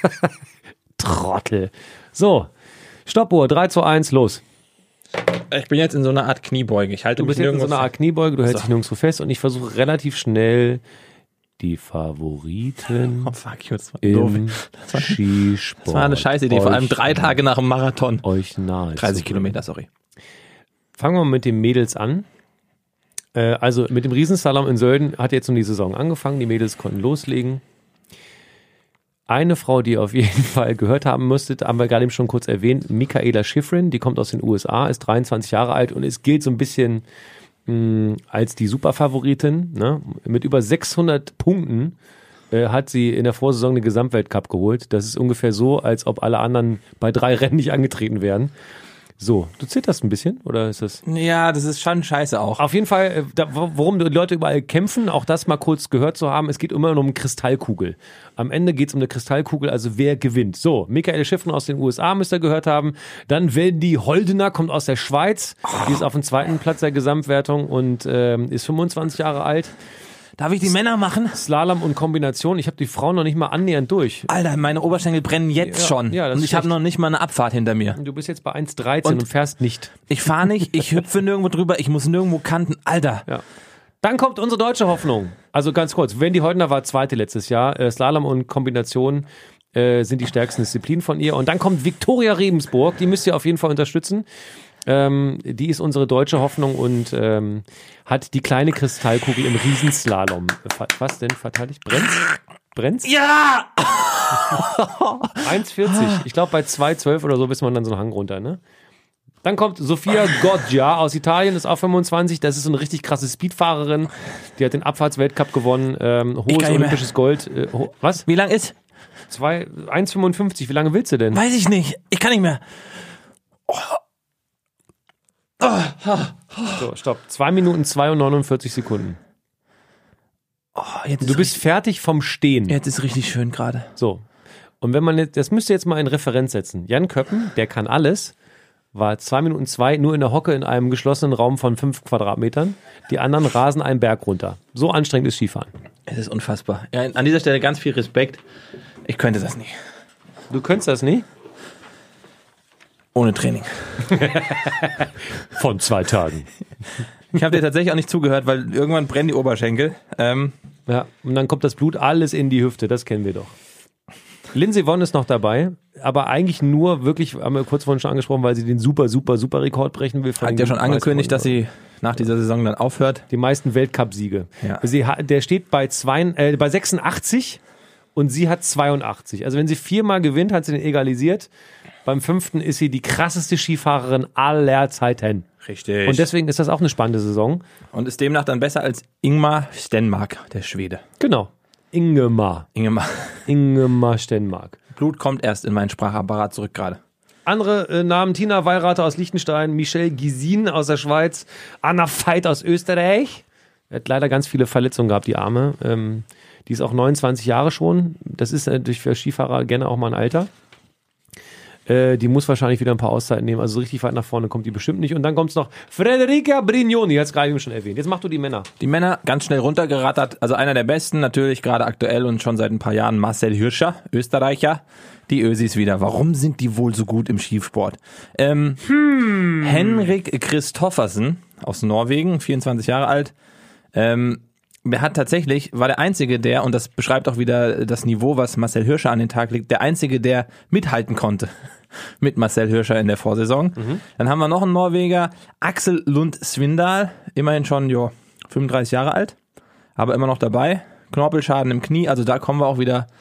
Trottel. So, Stoppuhr, drei, zwei, eins, los. Ich bin jetzt in so einer Art Kniebeuge. Ich halte Du bist mich jetzt in so nirgendwo einer Art Kniebeuge, du hältst So. dich nirgendwo fest und ich versuche relativ schnell die Favoriten Oh fuck, das war doof. im Skisport. Das war eine scheiß Idee, vor allem drei Tage nach dem Marathon. euch nahe. dreißig Kilometer, sorry. Fangen wir mal mit den Mädels an. Äh, also mit dem Riesenslalom in Sölden hat jetzt nun die Saison angefangen. Die Mädels konnten loslegen. Eine Frau, die ihr auf jeden Fall gehört haben müsstet, haben wir gerade eben schon kurz erwähnt, Mikaela Shiffrin, die kommt aus den U S A, ist dreiundzwanzig Jahre alt und es gilt so ein bisschen mh, als die Superfavoritin. Ne? Mit über sechshundert Punkten äh, hat sie in der Vorsaison den Gesamtweltcup geholt. Das ist ungefähr so, als ob alle anderen bei drei Rennen nicht angetreten wären. So, du zitterst ein bisschen, oder ist das... Ja, das ist schon scheiße auch. Auf jeden Fall, äh, da, worum die Leute überall kämpfen, auch das mal kurz gehört zu haben, es geht immer nur um eine Kristallkugel. Am Ende geht es um eine Kristallkugel, also wer gewinnt. So, Mikaela Shiffrin aus den U S A müsst ihr gehört haben. Dann Wendy Holdener, kommt aus der Schweiz. Die ist auf dem zweiten Platz der Gesamtwertung und ähm, ist fünfundzwanzig Jahre alt. Darf ich die Männer machen? Slalom und Kombination. Ich habe die Frauen noch nicht mal annähernd durch. Alter, meine Oberschenkel brennen jetzt Ja, schon. ja, das und ist ich habe schlecht. noch nicht mal eine Abfahrt hinter mir. Du bist jetzt bei eins dreizehn und, Und- fährst nicht. Ich fahre nicht, ich hüpfe nirgendwo drüber, ich muss nirgendwo kanten. Alter. Ja. Dann kommt unsere deutsche Hoffnung. Also ganz kurz, Wendy Holdener war Zweite letztes Jahr. Äh, Slalom und Kombination äh, sind die stärksten Disziplinen von ihr. Und dann kommt Viktoria Rebensburg, die müsst ihr auf jeden Fall unterstützen. Ähm, die ist unsere deutsche Hoffnung und ähm, hat die kleine Kristallkugel im Riesenslalom. Ver- Was denn verteidigt? Brennt's? Brennt's? Ja! eins vierzig. Ich glaube, bei zwei zwölf oder so bist man dann so einen Hang runter, ne? Dann kommt Sofia Goggia aus Italien, ist auch fünfundzwanzig. Das ist so eine richtig krasse Speedfahrerin. Die hat den Abfahrtsweltcup gewonnen. Ähm, hohes kann nicht mehr. olympisches Gold. Äh, ho was? Wie lang ist? Zwei- eins fünfundfünfzig. Wie lange willst du denn? Weiß ich nicht. Ich kann nicht mehr. So, stopp. zwei Minuten zwei und neunundvierzig Sekunden. Oh, jetzt Du ist bist fertig vom Stehen. Jetzt ist richtig schön gerade. So. Und wenn man jetzt, das müsst ihr jetzt mal in Referenz setzen. Jan Köppen, der kann alles, war zwei Minuten zwei nur in der Hocke in einem geschlossenen Raum von fünf Quadratmetern. Die anderen rasen einen Berg runter. So anstrengend ist Skifahren. Es ist unfassbar. Ja, an dieser Stelle ganz viel Respekt. Ich könnte das nicht. Du könntest das nie? Ohne Training. Von zwei Tagen. Ich habe dir tatsächlich auch nicht zugehört, weil irgendwann brennen die Oberschenkel. Ähm, Ja, und dann kommt das Blut alles in die Hüfte, das kennen wir doch. Lindsey Vonn ist noch dabei, aber eigentlich nur wirklich, haben wir kurz vorhin schon angesprochen, weil sie den super, super, super Rekord brechen will. hat ja schon angekündigt, dass sie nach dieser Saison dann aufhört. die meisten Weltcup-Siege. Ja. Sie hat, der steht bei, zwei, äh, bei sechsundachtzig und sie hat zweiundachtzig. Also wenn sie viermal gewinnt, hat sie den egalisiert. Beim fünften ist sie die krasseste Skifahrerin aller Zeiten. Richtig. Und deswegen ist das auch eine spannende Saison. Und ist demnach dann besser als Ingmar Stenmark, der Schwede. Genau. Ingemar. Ingemar. Ingemar Stenmark. Blut kommt erst in meinen Sprachapparat zurück gerade. Andere äh, Namen: Tina Weirater aus Liechtenstein, Michelle Gisin aus der Schweiz, Anna Veit aus Österreich. Er hat leider ganz viele Verletzungen gehabt, die Arme. Ähm, die ist auch neunundzwanzig Jahre schon. Das ist natürlich für Skifahrer gerne auch mal ein Alter. Äh, die muss wahrscheinlich wieder ein paar Auszeiten nehmen. Also so richtig weit nach vorne kommt die bestimmt nicht. Und dann kommt es noch Federica Brignoni, hat es gerade eben schon erwähnt. Jetzt mach du die Männer. Die Männer ganz schnell runtergerattert. Also einer der besten, natürlich gerade aktuell und schon seit ein paar Jahren Marcel Hirscher, Österreicher. Die Ösis wieder. Warum sind die wohl so gut im Skisport? Ähm, hm. Henrik Kristoffersen aus Norwegen, vierundzwanzig Jahre alt. Ähm, der hat tatsächlich, war der Einzige, der, und das beschreibt auch wieder das Niveau, was Marcel Hirscher an den Tag legt, der Einzige, der mithalten konnte mit Marcel Hirscher in der Vorsaison. Mhm. Dann haben wir noch einen Norweger, Axel Lund Svindal, immerhin schon jo, fünfunddreißig Jahre alt, aber immer noch dabei. Knorpelschaden im Knie, also da kommen wir auch wieder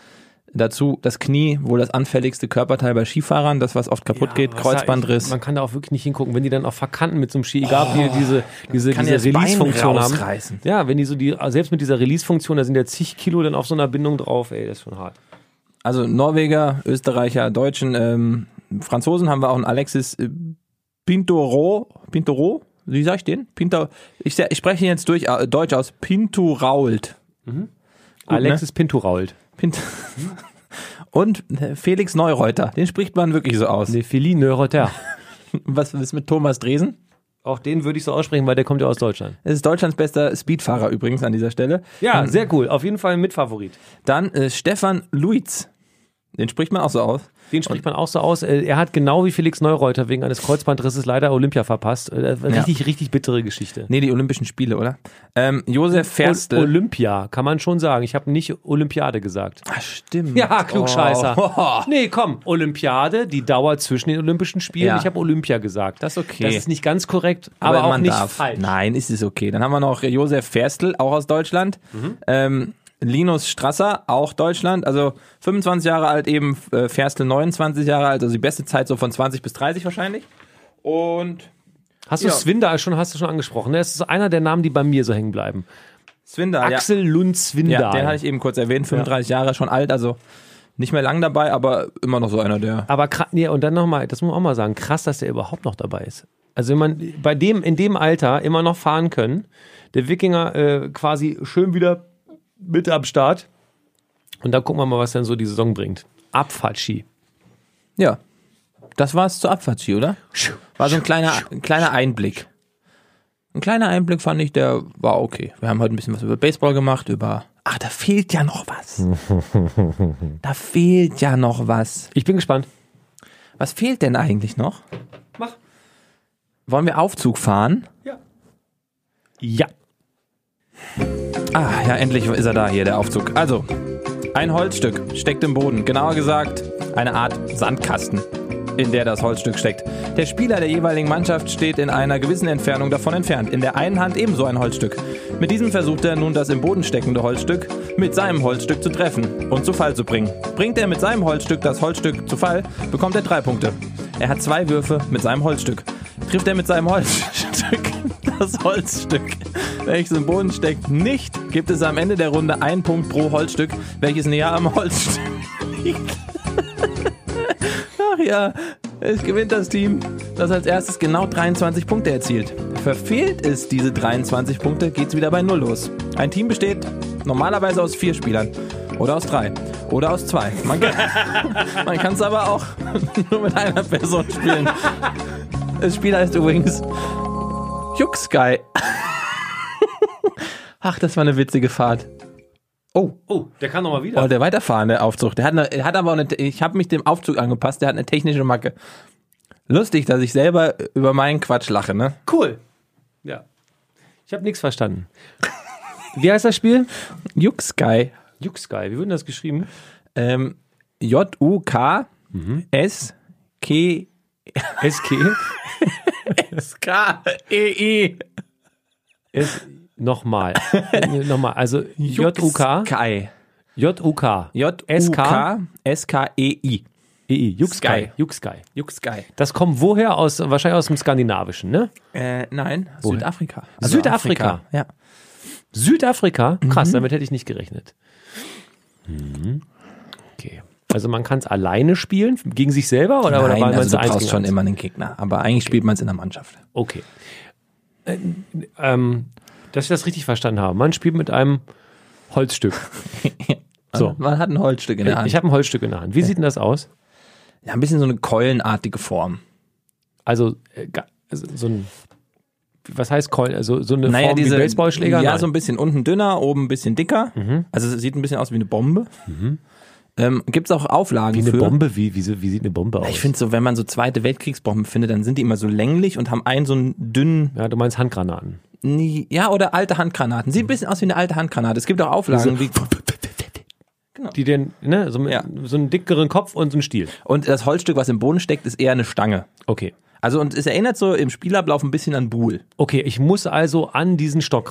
Dazu das Knie, wohl das anfälligste Körperteil bei Skifahrern, das was oft kaputt Ja, geht, was Kreuzbandriss. Da, ich, man kann da auch wirklich nicht hingucken, wenn die dann auch verkanten mit so einem Ski, egal ob die diese, diese, kann diese dir das Bein Release-Funktion haben. rausreißen. Ja, wenn die so die, selbst mit dieser Release-Funktion, da sind ja zig Kilo dann auf so einer Bindung drauf, ey, das ist schon hart. Also Norweger, Österreicher, Deutschen, ähm, Franzosen haben wir auch einen Alexis äh, Pinturo, Pinturo, wie sag ich den? Pinto, ich, ich spreche ihn jetzt durch, äh, Deutsch aus, Pinturault. Mhm. Gut, Alexis ne? Pinturault. Pint Und äh, Felix Neureuter, den spricht man wirklich so aus. Ne, Philly Neureuther. Was ist mit Thomas Dresen? Auch den würde ich so aussprechen, weil der kommt ja aus Deutschland. Es ist Deutschlands bester Speedfahrer übrigens an dieser Stelle. Ja, sehr cool. Auf jeden Fall ein Mitfavorit. Dann äh, Stefan Luiz. Den spricht man auch so aus. Den spricht man auch so aus. Er hat genau wie Felix Neureuter wegen eines Kreuzbandrisses leider Olympia verpasst. Richtig, ja. richtig bittere Geschichte. Nee, die Olympischen Spiele, oder? Ähm, Josef Ferstl. Olympia, kann man schon sagen. Ich habe nicht Olympiade gesagt. Ach, stimmt. Ja, Klugscheißer. Oh. Nee, komm. Olympiade, die Dauer zwischen den Olympischen Spielen. Ja. Ich habe Olympia gesagt. Das ist okay. Das ist nicht ganz korrekt, aber, aber auch man nicht darf. falsch. Nein, ist es okay. Dann haben wir noch Josef Ferstl, auch aus Deutschland. Mhm. Ähm, Linus Strasser, auch Deutschland, also fünfundzwanzig Jahre alt, eben äh, Ferstl neunundzwanzig Jahre alt, also die beste Zeit so von zwanzig bis dreißig wahrscheinlich. Und hast du ja. Swindal schon, hast du schon angesprochen, ne? Das ist einer der Namen, die bei mir so hängen bleiben. Swindal, Axel ja. Lund Swindal. Ja, den hatte ich eben kurz erwähnt, fünfunddreißig ja. Jahre, schon alt, also nicht mehr lang dabei, aber immer noch so einer der... Aber nee, und dann nochmal, das muss man auch mal sagen, krass, dass der überhaupt noch dabei ist. Also wenn man bei dem, in dem Alter immer noch fahren können, der Wikinger äh, quasi schön wieder mit am Start. Und dann gucken wir mal, was dann so die Saison bringt. Abfahrtski. Ja, das war's zur Abfahrtski, oder? War so ein kleiner, ein kleiner Einblick. Ein kleiner Einblick fand ich, der war okay. Wir haben heute ein bisschen was über Baseball gemacht, über... Ach, da fehlt ja noch was. Da fehlt ja noch was. Ich bin gespannt. Was fehlt denn eigentlich noch? Mach. Wollen wir Aufzug fahren? Ja. Ja. Ah, ja, endlich ist er da hier, der Aufzug. Also, ein Holzstück steckt im Boden. Genauer gesagt, eine Art Sandkasten, in der das Holzstück steckt. Der Spieler der jeweiligen Mannschaft steht in einer gewissen Entfernung davon entfernt. In der einen Hand ebenso ein Holzstück. Mit diesem versucht er nun, das im Boden steckende Holzstück mit seinem Holzstück zu treffen und zu Fall zu bringen. Bringt er mit seinem Holzstück das Holzstück zu Fall, bekommt er drei Punkte. Er hat zwei Würfe mit seinem Holzstück. Trifft er mit seinem Holzstück das Holzstück, welches im Boden steckt, nicht, gibt es am Ende der Runde einen Punkt pro Holzstück, welches näher am Holzstück liegt. Ach ja, es gewinnt das Team, das als erstes genau dreiundzwanzig Punkte erzielt. Verfehlt es diese dreiundzwanzig Punkte, geht's wieder bei Null los. Ein Team besteht normalerweise aus vier Spielern. Oder aus drei. Oder aus zwei. Man kann es aber auch nur mit einer Person spielen. Das Spiel heißt übrigens Juxguy. Ach, das war eine witzige Fahrt. Oh. Oh, der kann noch mal wieder. Oh, der weiterfahrende Aufzug. Der hat, eine, der hat aber auch eine, ich habe mich dem Aufzug angepasst, der hat eine technische Macke. Lustig, dass ich selber über meinen Quatsch lache, ne? Cool. Ja. Ich habe nichts verstanden. Wie heißt das Spiel? Juxguy. Juxguy. Wie wird denn das geschrieben? Ähm, J U K S K S K S K E I S Nochmal. Nochmal. Also J U K J U K J U K S K E I E I Juxguy. Juxguy. Juxguy. Das kommt woher? Aus, wahrscheinlich aus dem Skandinavischen, ne? Äh, nein, woher? Südafrika. Also Südafrika. Afrika. Ja. Südafrika? Krass, Mhm. damit hätte ich nicht gerechnet. Mhm. Okay. Also man kann es alleine spielen, gegen sich selber? Oder, Nein, oder war also du eins brauchst gegen schon eins? immer einen Gegner. Aber eigentlich spielt man es in der Mannschaft. Okay. Äh, ähm, dass ich das richtig verstanden habe. Man spielt mit einem Holzstück. So. Man hat ein Holzstück in der Hand. Ich habe ein Holzstück in der Hand. Wie sieht denn das aus? Ja, ein bisschen so eine keulenartige Form. Also, äh, ga- also so ein, was heißt Keulen? Also so eine Naja, Form diese wie Baseballschläger? Ja, Nein. so ein bisschen unten dünner, oben ein bisschen dicker. Mhm. Also es sieht ein bisschen aus wie eine Bombe. Ähm, Gibt es auch Auflagen Wie eine für. Bombe? Wie, wie, so- wie sieht eine Bombe aus? Ich finde so, wenn man so Zweite Weltkriegsbomben findet, dann sind die immer so länglich und haben einen so einen dünnen, ja, du meinst Handgranaten. nie- ja, oder alte Handgranaten. Sieht ein bisschen aus wie eine alte Handgranate. Es gibt auch Auflagen Diese- wie. Die den, ne, so, mit, Ja. so einen dickeren Kopf und so einen Stiel. Und das Holzstück, was im Boden steckt, ist eher eine Stange. Okay. Also und es erinnert so im Spielablauf ein bisschen an Buhl. Okay, ich muss also an diesen Stock ran.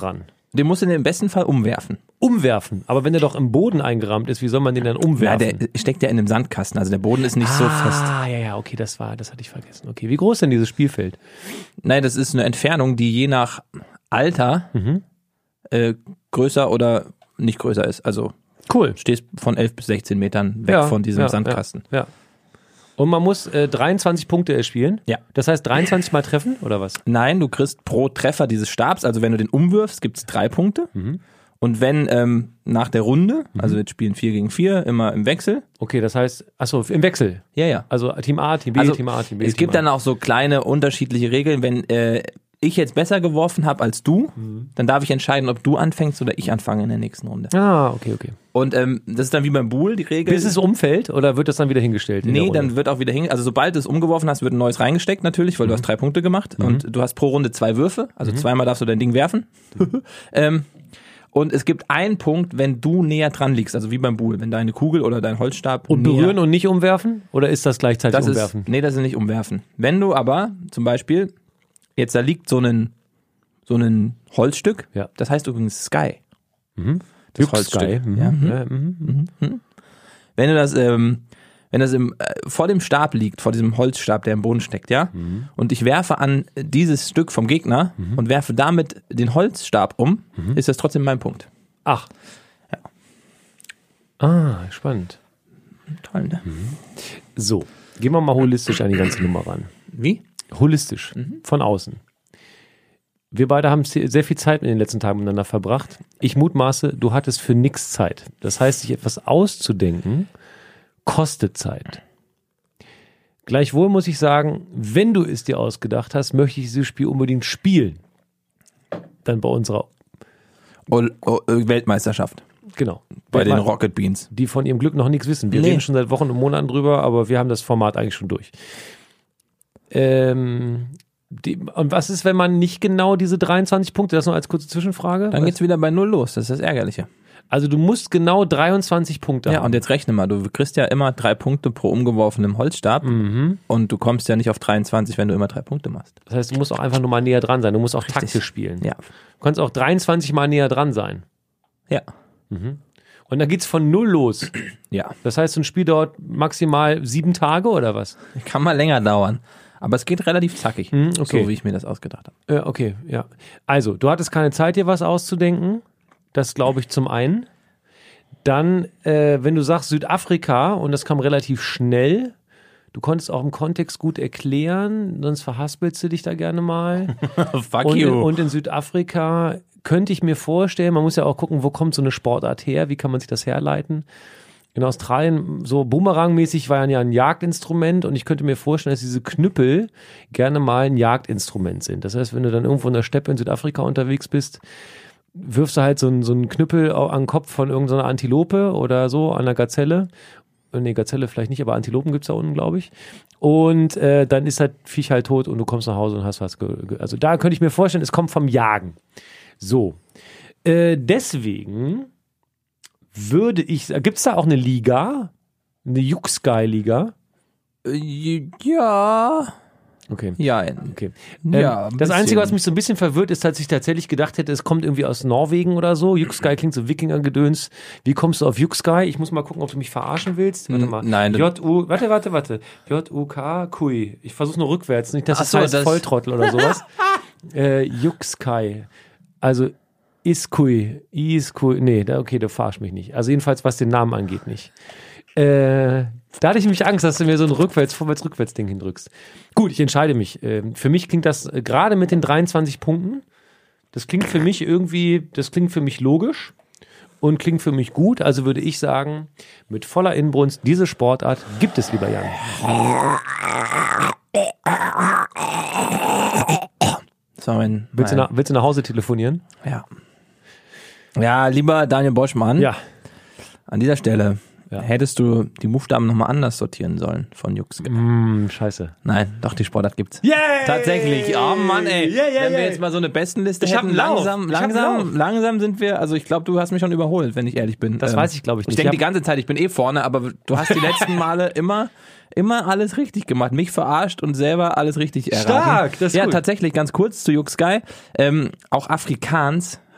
Den musst du im besten Fall umwerfen. Umwerfen. Aber wenn der doch im Boden eingerahmt ist, wie soll man den dann Ja, umwerfen? der steckt ja in einem Sandkasten, also der Boden ist nicht so fest. Ah, ja, ja, okay, das war, das hatte ich vergessen. Okay, wie groß ist denn dieses Spielfeld? Nein, das ist eine Entfernung, die je nach Alter Mhm. äh, größer oder nicht größer ist. Also Cool. stehst von elf bis sechzehn Metern weg Ja, von diesem ja, Sandkasten. Ja. ja. Und man muss äh, dreiundzwanzig Punkte erspielen? Ja. Das heißt dreiundzwanzig Mal treffen, oder was? Nein, du kriegst pro Treffer dieses Stabs, also wenn du den umwirfst, gibt's drei Punkte. Mhm. Und wenn ähm, nach der Runde, also jetzt spielen vier gegen vier, immer im Wechsel. Okay, das heißt, achso, im Wechsel. Ja, ja. Also Team A, Team B, Also Team A, Team B. es Team gibt A. dann auch so kleine unterschiedliche Regeln. Wenn äh, ich jetzt besser geworfen habe als du, Mhm. dann darf ich entscheiden, ob du anfängst oder ich anfange in der nächsten Runde. Ah, okay, okay. Und ähm, das ist dann wie beim Buhl, die Regel. Bis es umfällt oder wird das dann wieder hingestellt? in der Nee, Runde? dann wird auch wieder hin. Also sobald du es umgeworfen hast, wird ein neues reingesteckt natürlich, weil du hast drei Punkte gemacht und du hast pro Runde zwei Würfe. Also zweimal darfst du dein Ding werfen. ähm, und es gibt einen Punkt, wenn du näher dran liegst, also wie beim Buhl, wenn deine Kugel oder dein Holzstab Und näher, berühren und nicht umwerfen? Oder ist das gleichzeitig das umwerfen? ist, nee, das ist nicht umwerfen. Wenn du aber zum Beispiel, jetzt da liegt so ein so ein Holzstück, Ja. das heißt übrigens Sky. Mhm. Das Juck Holzstück. Sky. Mhm. Ja. Ja, mhm. Wenn du das, ähm, wenn das im, äh, vor dem Stab liegt, vor diesem Holzstab, der im Boden steckt, ja, Mhm. und ich werfe an dieses Stück vom Gegner und werfe damit den Holzstab um, Mhm. ist das trotzdem mein Punkt. Ach. Ah, spannend. Toll, ne? So, gehen wir mal holistisch an die ganze Nummer ran. Wie? Holistisch, von außen. Wir beide haben se- sehr viel Zeit in den letzten Tagen miteinander verbracht. Ich mutmaße, du hattest für nix Zeit. Das heißt, sich etwas auszudenken, kostet Zeit. Gleichwohl muss ich sagen, wenn du es dir ausgedacht hast, möchte ich dieses Spiel unbedingt spielen. Dann bei unserer, Oh, oh, äh, Weltmeisterschaft. genau. Bei den Mal- Rocket Beans. die von ihrem Glück noch nichts wissen. Wir Nee. reden schon seit Wochen und Monaten drüber, aber wir haben das Format eigentlich schon durch. Ähm, die, und was ist, wenn man nicht genau diese dreiundzwanzig Punkte, das noch als kurze Zwischenfrage? Dann geht's wieder bei Null los, das ist das Ärgerliche. Also du musst genau dreiundzwanzig Punkte Ja, haben. und jetzt rechne mal, du kriegst ja immer drei Punkte pro umgeworfenem Holzstab und du kommst ja nicht auf dreiundzwanzig, wenn du immer drei Punkte machst. Das heißt, du musst auch einfach nur mal näher dran sein. Du musst auch Richtig. taktisch spielen. Ja. Du kannst auch dreiundzwanzig Mal näher dran sein. Ja. Und dann geht's von null los. Ja. Das heißt, so ein Spiel dauert maximal sieben Tage oder was? Kann mal länger dauern. Aber es geht relativ zackig, Hm, okay. so wie ich mir das ausgedacht habe. Äh, okay, ja. Also, du hattest keine Zeit, dir was auszudenken. Das glaube ich zum einen. Dann, äh, wenn du sagst Südafrika, und das kam relativ schnell, du konntest auch im Kontext gut erklären, sonst verhaspelst du dich da gerne mal. Fuck Und in, und in Südafrika könnte ich mir vorstellen, man muss ja auch gucken, wo kommt so eine Sportart her, wie kann man sich das herleiten. In Australien, so Boomerang-mäßig, war ja ein Jagdinstrument und ich könnte mir vorstellen, dass diese Knüppel gerne mal ein Jagdinstrument sind. Das heißt, wenn du dann irgendwo in der Steppe in Südafrika unterwegs bist, wirfst du halt so einen, so einen Knüppel au- an den Kopf von irgendeiner Antilope oder so, an einer Gazelle. Nee, Gazelle vielleicht nicht, aber Antilopen gibt's da unten, glaube ich. Und äh, dann ist das Viech halt tot und du kommst nach Hause und hast was. Ge ge also da könnte ich mir vorstellen, es kommt vom Jagen. So. Äh, deswegen würde ich, gibt's da auch eine Liga? Eine Juck-Sky-Liga? Ja. Okay. Ja. Okay. Ja, Ähm, ein das Einzige, bisschen. was mich so ein bisschen verwirrt, ist, dass ich tatsächlich gedacht hätte, es kommt irgendwie aus Norwegen oder so. Juck-Sky klingt so Wikinger-Gedöns. Wie kommst du auf Juck-Sky? Ich muss mal gucken, ob du mich verarschen willst. Warte mal. Nein. J-U, warte, warte, warte. J-U-K, Kui. Ich versuche nur rückwärts, nicht, dass Ach es so, heißt das- Volltrottel oder sowas. äh, Juck-Sky. Also, Iskui. Iskui. Nee, da, okay, du verarsch mich nicht. Also jedenfalls, was den Namen angeht, nicht. Äh, da hatte ich nämlich Angst, dass du mir so ein Rückwärts-, Vorwärts-Rückwärts-Ding hindrückst. Gut, ich entscheide mich. Ähm, für mich klingt das äh, gerade mit den dreiundzwanzig Punkten, das klingt für mich irgendwie, das klingt für mich logisch und klingt für mich gut. Also würde ich sagen, mit voller Inbrunst, diese Sportart gibt es, lieber Jan. Das war mein, Willst du, mein nach, willst du nach Hause telefonieren? ja. Ja, lieber Daniel Boschmann, Ja. an dieser Stelle Ja. hättest du die Buchstaben nochmal anders sortieren sollen von Jux. Hm, scheiße. Nein, doch, die Sportart gibt's. Yay! Tatsächlich. Oh Mann, ey. Yeah, yeah, wenn wir yeah. jetzt mal so eine Bestenliste Ich hab hätten, einen Lauf. langsam, Ich hab einen langsam, Lauf. langsam sind wir, also ich glaube, du hast mich schon überholt, wenn ich ehrlich bin. Das weiß ich, glaub ich, nicht. Ich denke Ich die hab- ganze Zeit, ich bin eh vorne, aber du hast die letzten Male immer, immer alles richtig gemacht. Mich verarscht und selber alles richtig erraten. Stark, das ist Ja, gut. tatsächlich, ganz kurz zu Jux Sky. Ähm, auch Afrikaans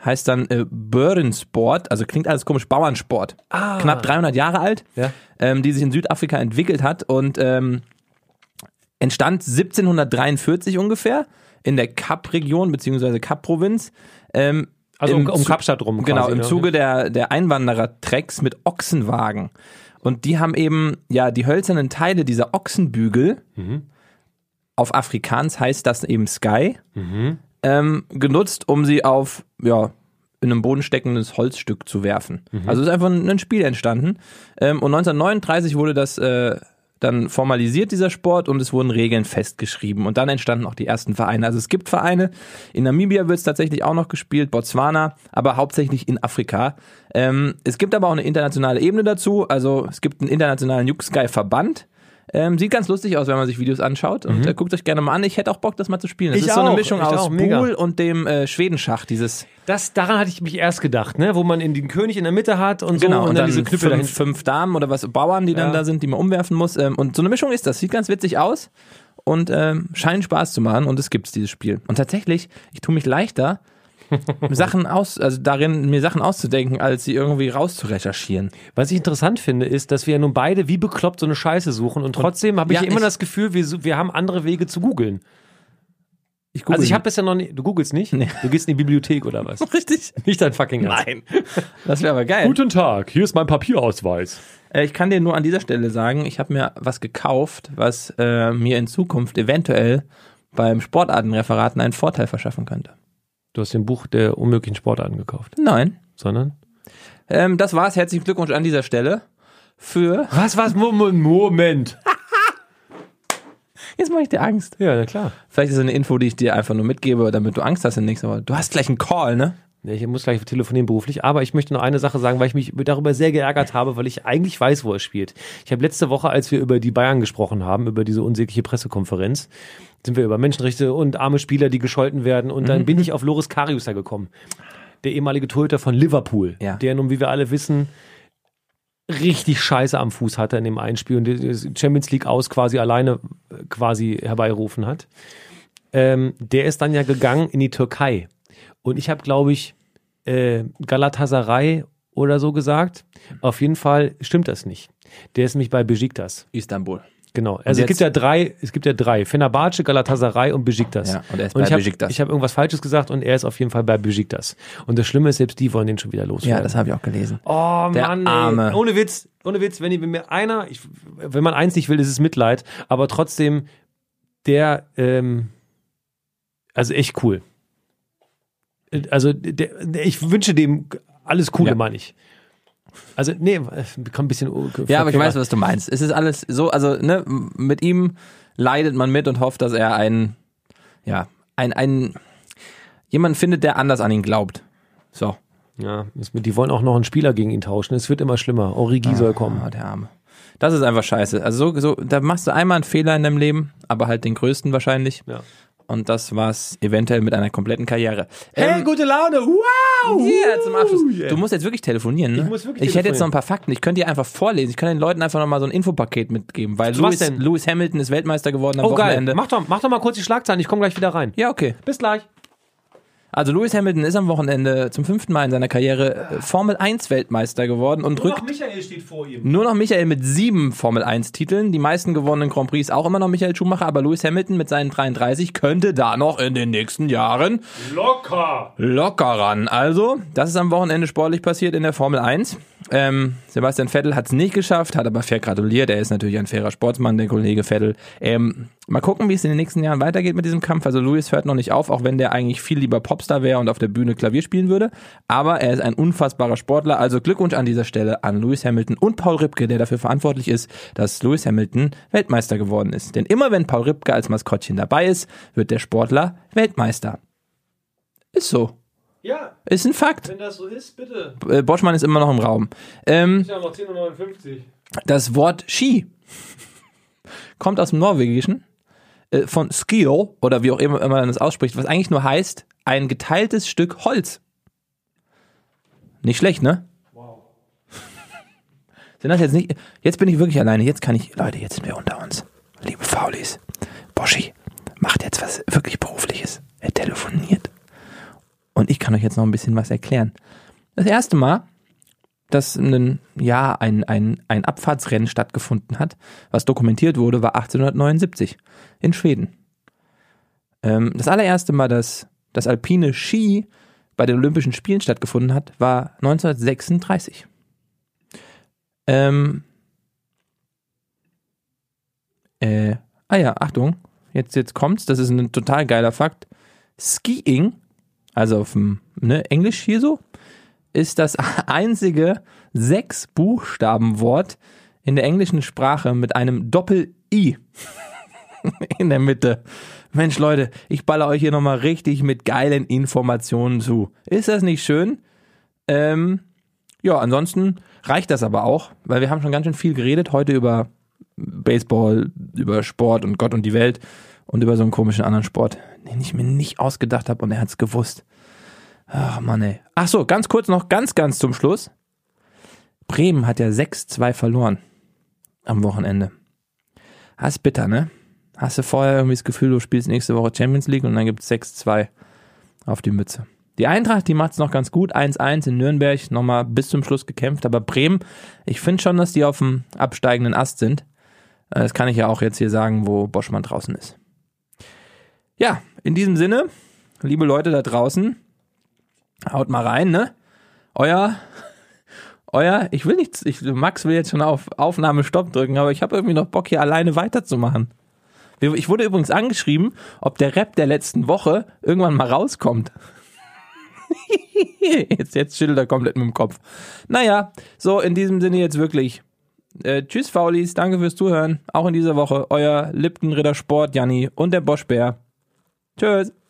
heißt dann äh, Börensport, also klingt alles komisch, Bauernsport. Ah. Knapp dreihundert Jahre alt, Ja. ähm, die sich in Südafrika entwickelt hat und ähm, entstand siebzehnhundertdreiundvierzig ungefähr in der Kap-Region bzw. Kap-Provinz. Ähm, Also im um, um Zu- Kapstadt rum. Genau, quasi, im ne? Zuge der, der Einwanderer-Treks mit Ochsenwagen. Und die haben eben, ja, die hölzernen Teile dieser Ochsenbügel, Mhm. auf Afrikaans heißt das eben Sky, Mhm. ähm, genutzt, um sie auf, ja, in einem Boden steckendes Holzstück zu werfen. Mhm. Also ist einfach ein, ein Spiel entstanden. Ähm, und neunzehnhundertneununddreißig wurde das äh, dann formalisiert, dieser Sport, und es wurden Regeln festgeschrieben. Und dann entstanden auch die ersten Vereine. Also es gibt Vereine, in Namibia wird es tatsächlich auch noch gespielt, Botswana, aber hauptsächlich in Afrika. Ähm, es gibt aber auch eine internationale Ebene dazu. Also es gibt einen internationalen Juke-Sky-Verband. Ähm, sieht ganz lustig aus, wenn man sich Videos anschaut. Und äh, guckt euch gerne mal an. Ich hätte auch Bock, das mal zu spielen. Das Ich ist so eine auch, Mischung ich aus auch, mega. Buhl und dem äh, Schwedenschach, dieses Das, daran hatte ich mich erst gedacht, ne? Wo man in den König in der Mitte hat und so Genau, und, dann, diese Knüppel fünf, dahin. fünf Damen oder was, Bauern, die dann Ja. da sind, die man umwerfen muss. Ähm, und so eine Mischung ist das. Sieht ganz witzig aus und ähm, scheint Spaß zu machen und es gibt's, dieses Spiel. Und tatsächlich, ich tue mich leichter, Sachen aus, also darin, mir Sachen auszudenken, als sie irgendwie rauszurecherchieren. Was ich interessant finde, ist, dass wir ja nun beide wie bekloppt so eine Scheiße suchen und trotzdem habe ich ja, immer ich- das Gefühl, wir, su- wir haben andere Wege zu googeln. Ich Also ich habe bisher noch nie, du googelst nicht? Nee. Du gehst in die Bibliothek oder was? richtig. Nicht dein fucking Ernst. Nein. Das wäre aber geil. Guten Tag, hier ist mein Papierausweis. Äh, ich kann dir nur an dieser Stelle sagen, ich habe mir was gekauft, was äh, mir in Zukunft eventuell beim Sportartenreferaten einen Vorteil verschaffen könnte. Du hast den Buch der unmöglichen Sportarten gekauft, Nein. sondern? Ähm, das war's. Herzlichen Glückwunsch an dieser Stelle für... Was, was? Moment, Moment. Jetzt mache ich dir Angst. Ja, na klar. Vielleicht ist es eine Info, die ich dir einfach nur mitgebe, damit du Angst hast in nächster Woche. Du hast gleich einen Call, ne? Ja, ich muss gleich telefonieren beruflich, aber ich möchte noch eine Sache sagen, weil ich mich darüber sehr geärgert habe, weil ich eigentlich weiß, wo er spielt. Ich habe letzte Woche, als wir über die Bayern gesprochen haben, über diese unsägliche Pressekonferenz, sind wir über Menschenrechte und arme Spieler, die gescholten werden, und dann bin ich auf Loris Karius gekommen. Der ehemalige Torhüter von Liverpool, Ja. der nun, wie wir alle wissen, richtig Scheiße am Fuß hatte in dem Einspiel und die Champions League aus quasi alleine äh, quasi herbeirufen hat. Ähm, der ist dann ja gegangen in die Türkei. Und ich habe, glaube ich, äh, Galatasaray oder so gesagt. Auf jeden Fall stimmt das nicht. Der ist nämlich bei Besiktas. Istanbul. Genau. Also es jetzt- gibt ja drei, es gibt ja drei. Fenerbahce, Galatasaray und Besiktas. Ja, und er ist und bei ich hab, Besiktas. Ich habe irgendwas Falsches gesagt und er ist auf jeden Fall bei Besiktas. Und das Schlimme ist, selbst die wollen den schon wieder loswerden. Ja, das habe ich auch gelesen. Oh Der Mann, Arme. ey. Ohne Witz, ohne Witz, wenn, wenn mir einer, ich, wenn man eins nicht will, ist es Mitleid, aber trotzdem, der, ähm, also echt cool. Also, der, der, ich wünsche dem alles Coole, Ja. meine ich. Also, nee, komm ein bisschen. Ja, aber ich weiß, was du meinst. Es ist alles so, also ne, mit ihm leidet man mit und hofft, dass er einen, ja, ein, ein, jemand findet, der anders an ihn glaubt. So. Ja, ist mit- die wollen auch noch einen Spieler gegen ihn tauschen. Es wird immer schlimmer. Origi soll kommen. Ah, der Arme. Das ist einfach scheiße. Also so, so, da machst du einmal einen Fehler in deinem Leben, aber halt den größten wahrscheinlich. Ja. Und das war's eventuell mit einer kompletten Karriere. Hey, Ähm, gute Laune! Wow! Ja, zum Abschluss. Yeah. Du musst jetzt wirklich telefonieren, ne? Ich muss wirklich Ich hätte jetzt telefonieren. noch ein paar Fakten. Ich könnte dir einfach vorlesen. Ich kann den Leuten einfach noch mal so ein Infopaket mitgeben, weil Zu was Lewis, denn? Lewis Hamilton ist Weltmeister geworden am Oh, geil. Wochenende. Mach doch, mach doch mal kurz die Schlagzeilen. Ich komme gleich wieder rein. Ja, okay. Bis gleich. Also Lewis Hamilton ist am Wochenende zum fünften Mal in seiner Karriere äh, Formel eins Weltmeister geworden und rückt Michael steht vor ihm. nur noch Michael mit sieben Formel eins Titeln. Die meisten gewonnenen Grand Prix auch immer noch Michael Schumacher, aber Lewis Hamilton mit seinen dreiunddreißig könnte da noch in den nächsten Jahren Locker. locker ran. Also, das ist am Wochenende sportlich passiert in der Formel eins. Ähm, Sebastian Vettel hat es nicht geschafft, hat aber fair gratuliert. Er ist natürlich ein fairer Sportsmann, der Kollege Vettel. Ähm, mal gucken, wie es in den nächsten Jahren weitergeht mit diesem Kampf. Also Lewis hört noch nicht auf, auch wenn der eigentlich viel lieber Popstar wäre und auf der Bühne Klavier spielen würde. Aber er ist ein unfassbarer Sportler. Also Glückwunsch an dieser Stelle an Lewis Hamilton und Paul Ripke, der dafür verantwortlich ist, dass Lewis Hamilton Weltmeister geworden ist. Denn immer wenn Paul Ripke als Maskottchen dabei ist, wird der Sportler Weltmeister. Ist so. Ja, Ist ein Fakt. wenn das so ist, bitte. Äh, Boschmann ist immer noch im Raum. Ähm, Ja, noch zehn Uhr neunundfünfzig. das Wort Ski kommt aus dem Norwegischen äh, von Skil oder wie auch immer, immer man das ausspricht, was eigentlich nur heißt, ein geteiltes Stück Holz. Nicht schlecht, ne? Wow. Sind das jetzt nicht, jetzt bin ich wirklich alleine, jetzt kann ich, Leute, jetzt sind wir unter uns. Liebe Faulis, Boschi macht jetzt was wirklich Berufliches. Er telefoniert Und ich kann euch jetzt noch ein bisschen was erklären. Das erste Mal, dass ein, ja, ein, ein, ein Abfahrtsrennen stattgefunden hat, was dokumentiert wurde, war achtzehnhundertneunundsiebzig in Schweden. Ähm, das allererste Mal, dass das alpine Ski bei den Olympischen Spielen stattgefunden hat, war neunzehnhundertsechsunddreißig. Ähm, äh, ah ja, Achtung, jetzt, jetzt kommt's, das ist ein total geiler Fakt. Skiing, also auf dem ne, Englisch hier so, ist das einzige Sechs-Buchstaben-Wort in der englischen Sprache mit einem Doppel-I in der Mitte. Mensch, Leute, ich baller euch hier nochmal richtig mit geilen Informationen zu. Ist das nicht schön? Ähm, ja, ansonsten reicht das aber auch, weil wir haben schon ganz schön viel geredet heute über Baseball, über Sport und Gott und die Welt und über so einen komischen anderen Sport, den ich mir nicht ausgedacht habe und er hat es gewusst. Ach Mann, ey. Ach so, ganz kurz noch, ganz, ganz zum Schluss. Bremen hat ja sechs zwei verloren am Wochenende. Das ist bitter, ne? Hast du vorher irgendwie das Gefühl, du spielst nächste Woche Champions League und dann gibt es sechs zwei auf die Mütze. Die Eintracht, die macht es noch ganz gut. eins eins in Nürnberg, nochmal bis zum Schluss gekämpft. Aber Bremen, ich finde schon, dass die auf dem absteigenden Ast sind. Das kann ich ja auch jetzt hier sagen, wo Boschmann draußen ist. Ja, in diesem Sinne, liebe Leute da draußen, haut mal rein, ne? Euer, euer, ich will nicht, ich, Max will jetzt schon auf Aufnahme Stopp drücken, aber ich habe irgendwie noch Bock, hier alleine weiterzumachen. Ich wurde übrigens angeschrieben, ob der Rap der letzten Woche irgendwann mal rauskommt. jetzt, jetzt schüttelt er komplett mit dem Kopf. Naja, so in diesem Sinne jetzt wirklich. Äh, tschüss Faulis, danke fürs Zuhören. Auch in dieser Woche euer Lipton Ritter Sport Janni und der Boschbär. Tschüss.